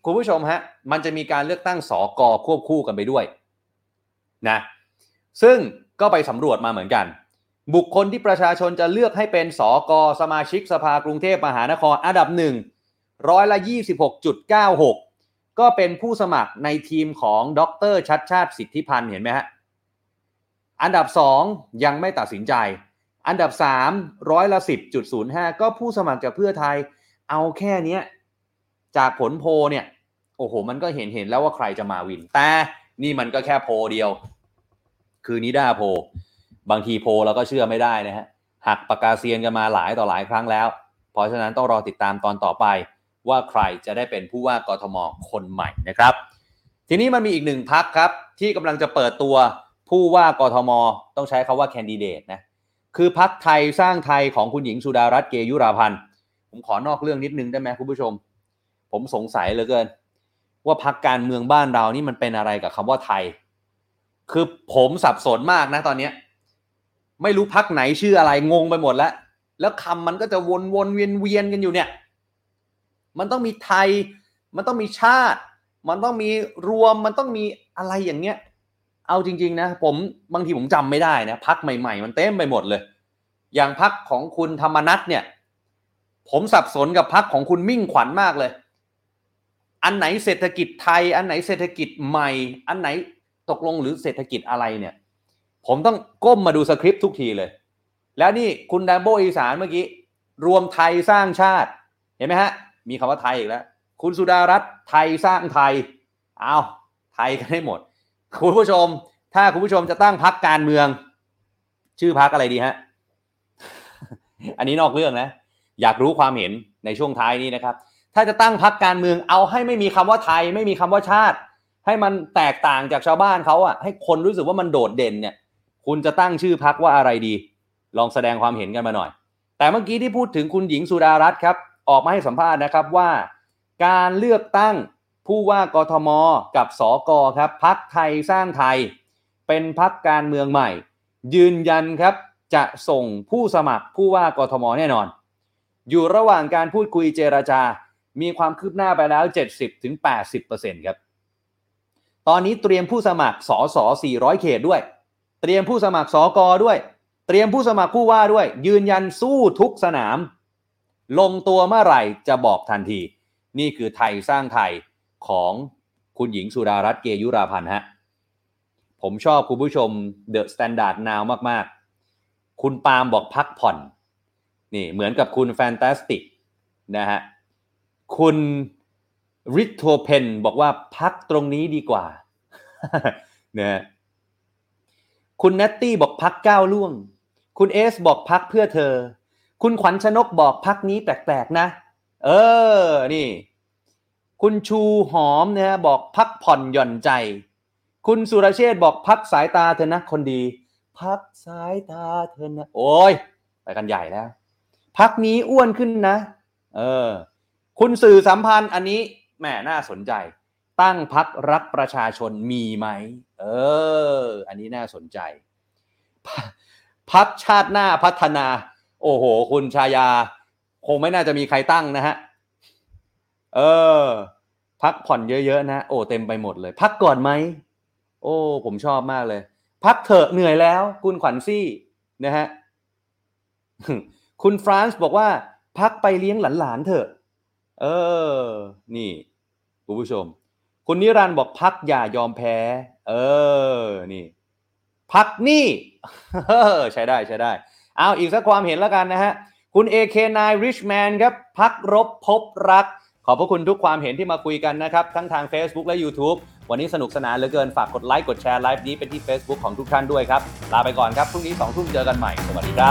คุณผู้ชมฮะมันจะมีการเลือกตั้งสกควบคู่กันไปด้วยนะซึ่งก็ไปสำรวจมาเหมือนกันบุคคลที่ประชาชนจะเลือกให้เป็นสกสมาชิกสภากรุงเทพมหานครอันดับหนึ่งร้อยละ ยี่สิบหกจุดเก้าหก ก็เป็นผู้สมัครในทีมของดร.ชัชชาติสิทธิพันธ์เห็นไหมฮะอันดับสองยังไม่ตัดสินใจอันดับสามร้อยละ สิบจุดศูนย์ห้า ก็ผู้สมัครจากเพื่อไทยเอาแค่นี้จากผลโพลเนี่ยโอ้โหมันก็เห็นเห็นแล้วว่าใครจะมาวินแต่นี่มันก็แค่โพลเดียวคือนิด้าโพลบางทีโพลเราก็เชื่อไม่ได้นะฮะหักปากกาเซียนกันมาหลายต่อหลายครั้งแล้วเพราะฉะนั้นต้องรอติดตามตอนต่อไปว่าใครจะได้เป็นผู้ว่ากทมคนใหม่นะครับทีนี้มันมีอีกหนึ่งพรรคครับที่กำลังจะเปิดตัวผู้ว่ากทมต้องใช้คำว่าแคนดิเดตนะคือพรรคไทยสร้างไทยของคุณหญิงสุดารัตน์เกยุราพันธ์ผมขอนอกเรื่องนิดนึงได้ไหมคุณผู้ชมผมสงสัยเหลือเกินว่าพรรคการเมืองบ้านเรานี่มันเป็นอะไรกับคำว่าไทยคือผมสับสนมากนะตอนนี้ไม่รู้พรรคไหนชื่ออะไรงงไปหมดแล้วแล้วคำมันก็จะวนๆเวียนๆกันอยู่เนี่ยมันต้องมีไทยมันต้องมีชาติมันต้องมีรวมมันต้องมีอะไรอย่างเงี้ยเอาจริงๆนะผมบางทีผมจำไม่ได้นะพรรคใหม่ๆมันเต็มไปหมดเลยอย่างพรรคของคุณธรรมนัสเนี่ยผมสับสนกับพรรคของคุณมิ่งขวัญมากเลยอันไหนเศรษฐกิจไทยอันไหนเศรษฐกิจใหม่อันไหนตกลงหรือเศรษฐกิจอะไรเนี่ยผมต้องก้มมาดูสคริปต์ทุกทีเลยแล้วนี่คุณดัมโบอีสานเมื่อกี้รวมไทยสร้างชาติเห็นไหมฮะมีคำว่าไทยอีกแล้วคุณสุดารัตน์ไทยสร้างไทยเอาไทยกันให้หมดคุณผู้ชมถ้าคุณผู้ชมจะตั้งพรรคการเมืองชื่อพรรคอะไรดีฮะ อันนี้นอกเรื่องนะอยากรู้ความเห็นในช่วงท้ายนี้นะครับถ้าจะตั้งพรรคการเมืองเอาให้ไม่มีคำว่าไทยไม่มีคำว่าชาติให้มันแตกต่างจากชาวบ้านเขาอ่ะให้คนรู้สึกว่ามันโดดเด่นเนี่ยคุณจะตั้งชื่อพรรคว่าอะไรดีลองแสดงความเห็นกันมาหน่อยแต่เมื่อกี้ที่พูดถึงคุณหญิงสุดารัตน์ครับออกมาให้สัมภาษณ์นะครับว่าการเลือกตั้งผู้ว่ากทมกับสกครับพรรคไทยสร้างไทยเป็นพรรคการเมืองใหม่ยืนยันครับจะส่งผู้สมัครผู้ว่ากทมแน่นอนอยู่ระหว่างการพูดคุยเจรจามีความคืบหน้าไปแล้ว เจ็ดสิบถึงแปดสิบเปอร์เซ็นต์ ครับตอนนี้เตรียมผู้สมัครสสสี่ร้อยเขตด้วยเตรียมผู้สมัครสกด้วยเตรียมผู้สมัครผู้ว่าด้วยยืนยันสู้ทุกสนามลงตัวเมื่อไหร่จะบอกทันทีนี่คือไทยสร้างไทยของคุณหญิงสุดารัตน์เกยุราพันธ์ฮะผมชอบคุณผู้ชม The Standard Now มากๆคุณปาล์มบอกพักผ่อนนี่เหมือนกับคุณ Fantastic นะฮะคุณริทโทเพนบอกว่าพักตรงนี้ดีกว่า นะคุณเนตตี้บอกพักก้าวล่วงคุณเอสบอกพักเพื่อเธอคุณขวัญชนกบอกพักนี้แปลกๆนะเออนี่คุณชูหอมนะฮะบอกพักผ่อนหย่อนใจคุณสุรเชษฐ์บอกพักสายตาเธอนะคนดีพักสายตาเธอนะโอ้ยไปกันใหญ่แล้วพักนี้อ้วนขึ้นนะเออคุณสื่อสัมพันธ์อันนี้แหมน่าสนใจตั้งพักรักประชาชนมีไหมเอออันนี้น่าสนใจพักชาติหน้าพัฒนาโอ้โหคุณชายาคงไม่น่าจะมีใครตั้งนะฮะเออพักผ่อนเยอะๆนะโอ้เต็มไปหมดเลยพักก่อนไหมโอ้ผมชอบมากเลยพักเถอะเหนื่อยแล้วคุณขวัญซี่นะฮะ คุณฟรานซ์บอกว่าพักไปเลี้ยงหลานๆเถอะเออนี่คุณผู้ชมคุณนิรันดร์บอกพักอย่ายอมแพ้เออนี่พักนี่ ใช้ได้ใช้ได้เอาอีกสักความเห็นแล้วกันนะฮะคุณ เอ เค ไนน์ Richman ครับพักรบพบรักขอบพระคุณทุกความเห็นที่มาคุยกันนะครับทั้งทาง Facebook และ YouTube วันนี้สนุกสนานเหลือเกินฝากกดไลค์กดแชร์ไลฟ์นี้เป็นที่ Facebook ของทุกท่านด้วยครับลาไปก่อนครับพรุ่งนี้ สองทุ่มเจอกันใหม่สวัสดีครับ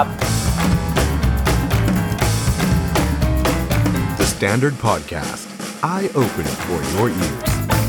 The Standard Podcast Eye Opening for Your Ears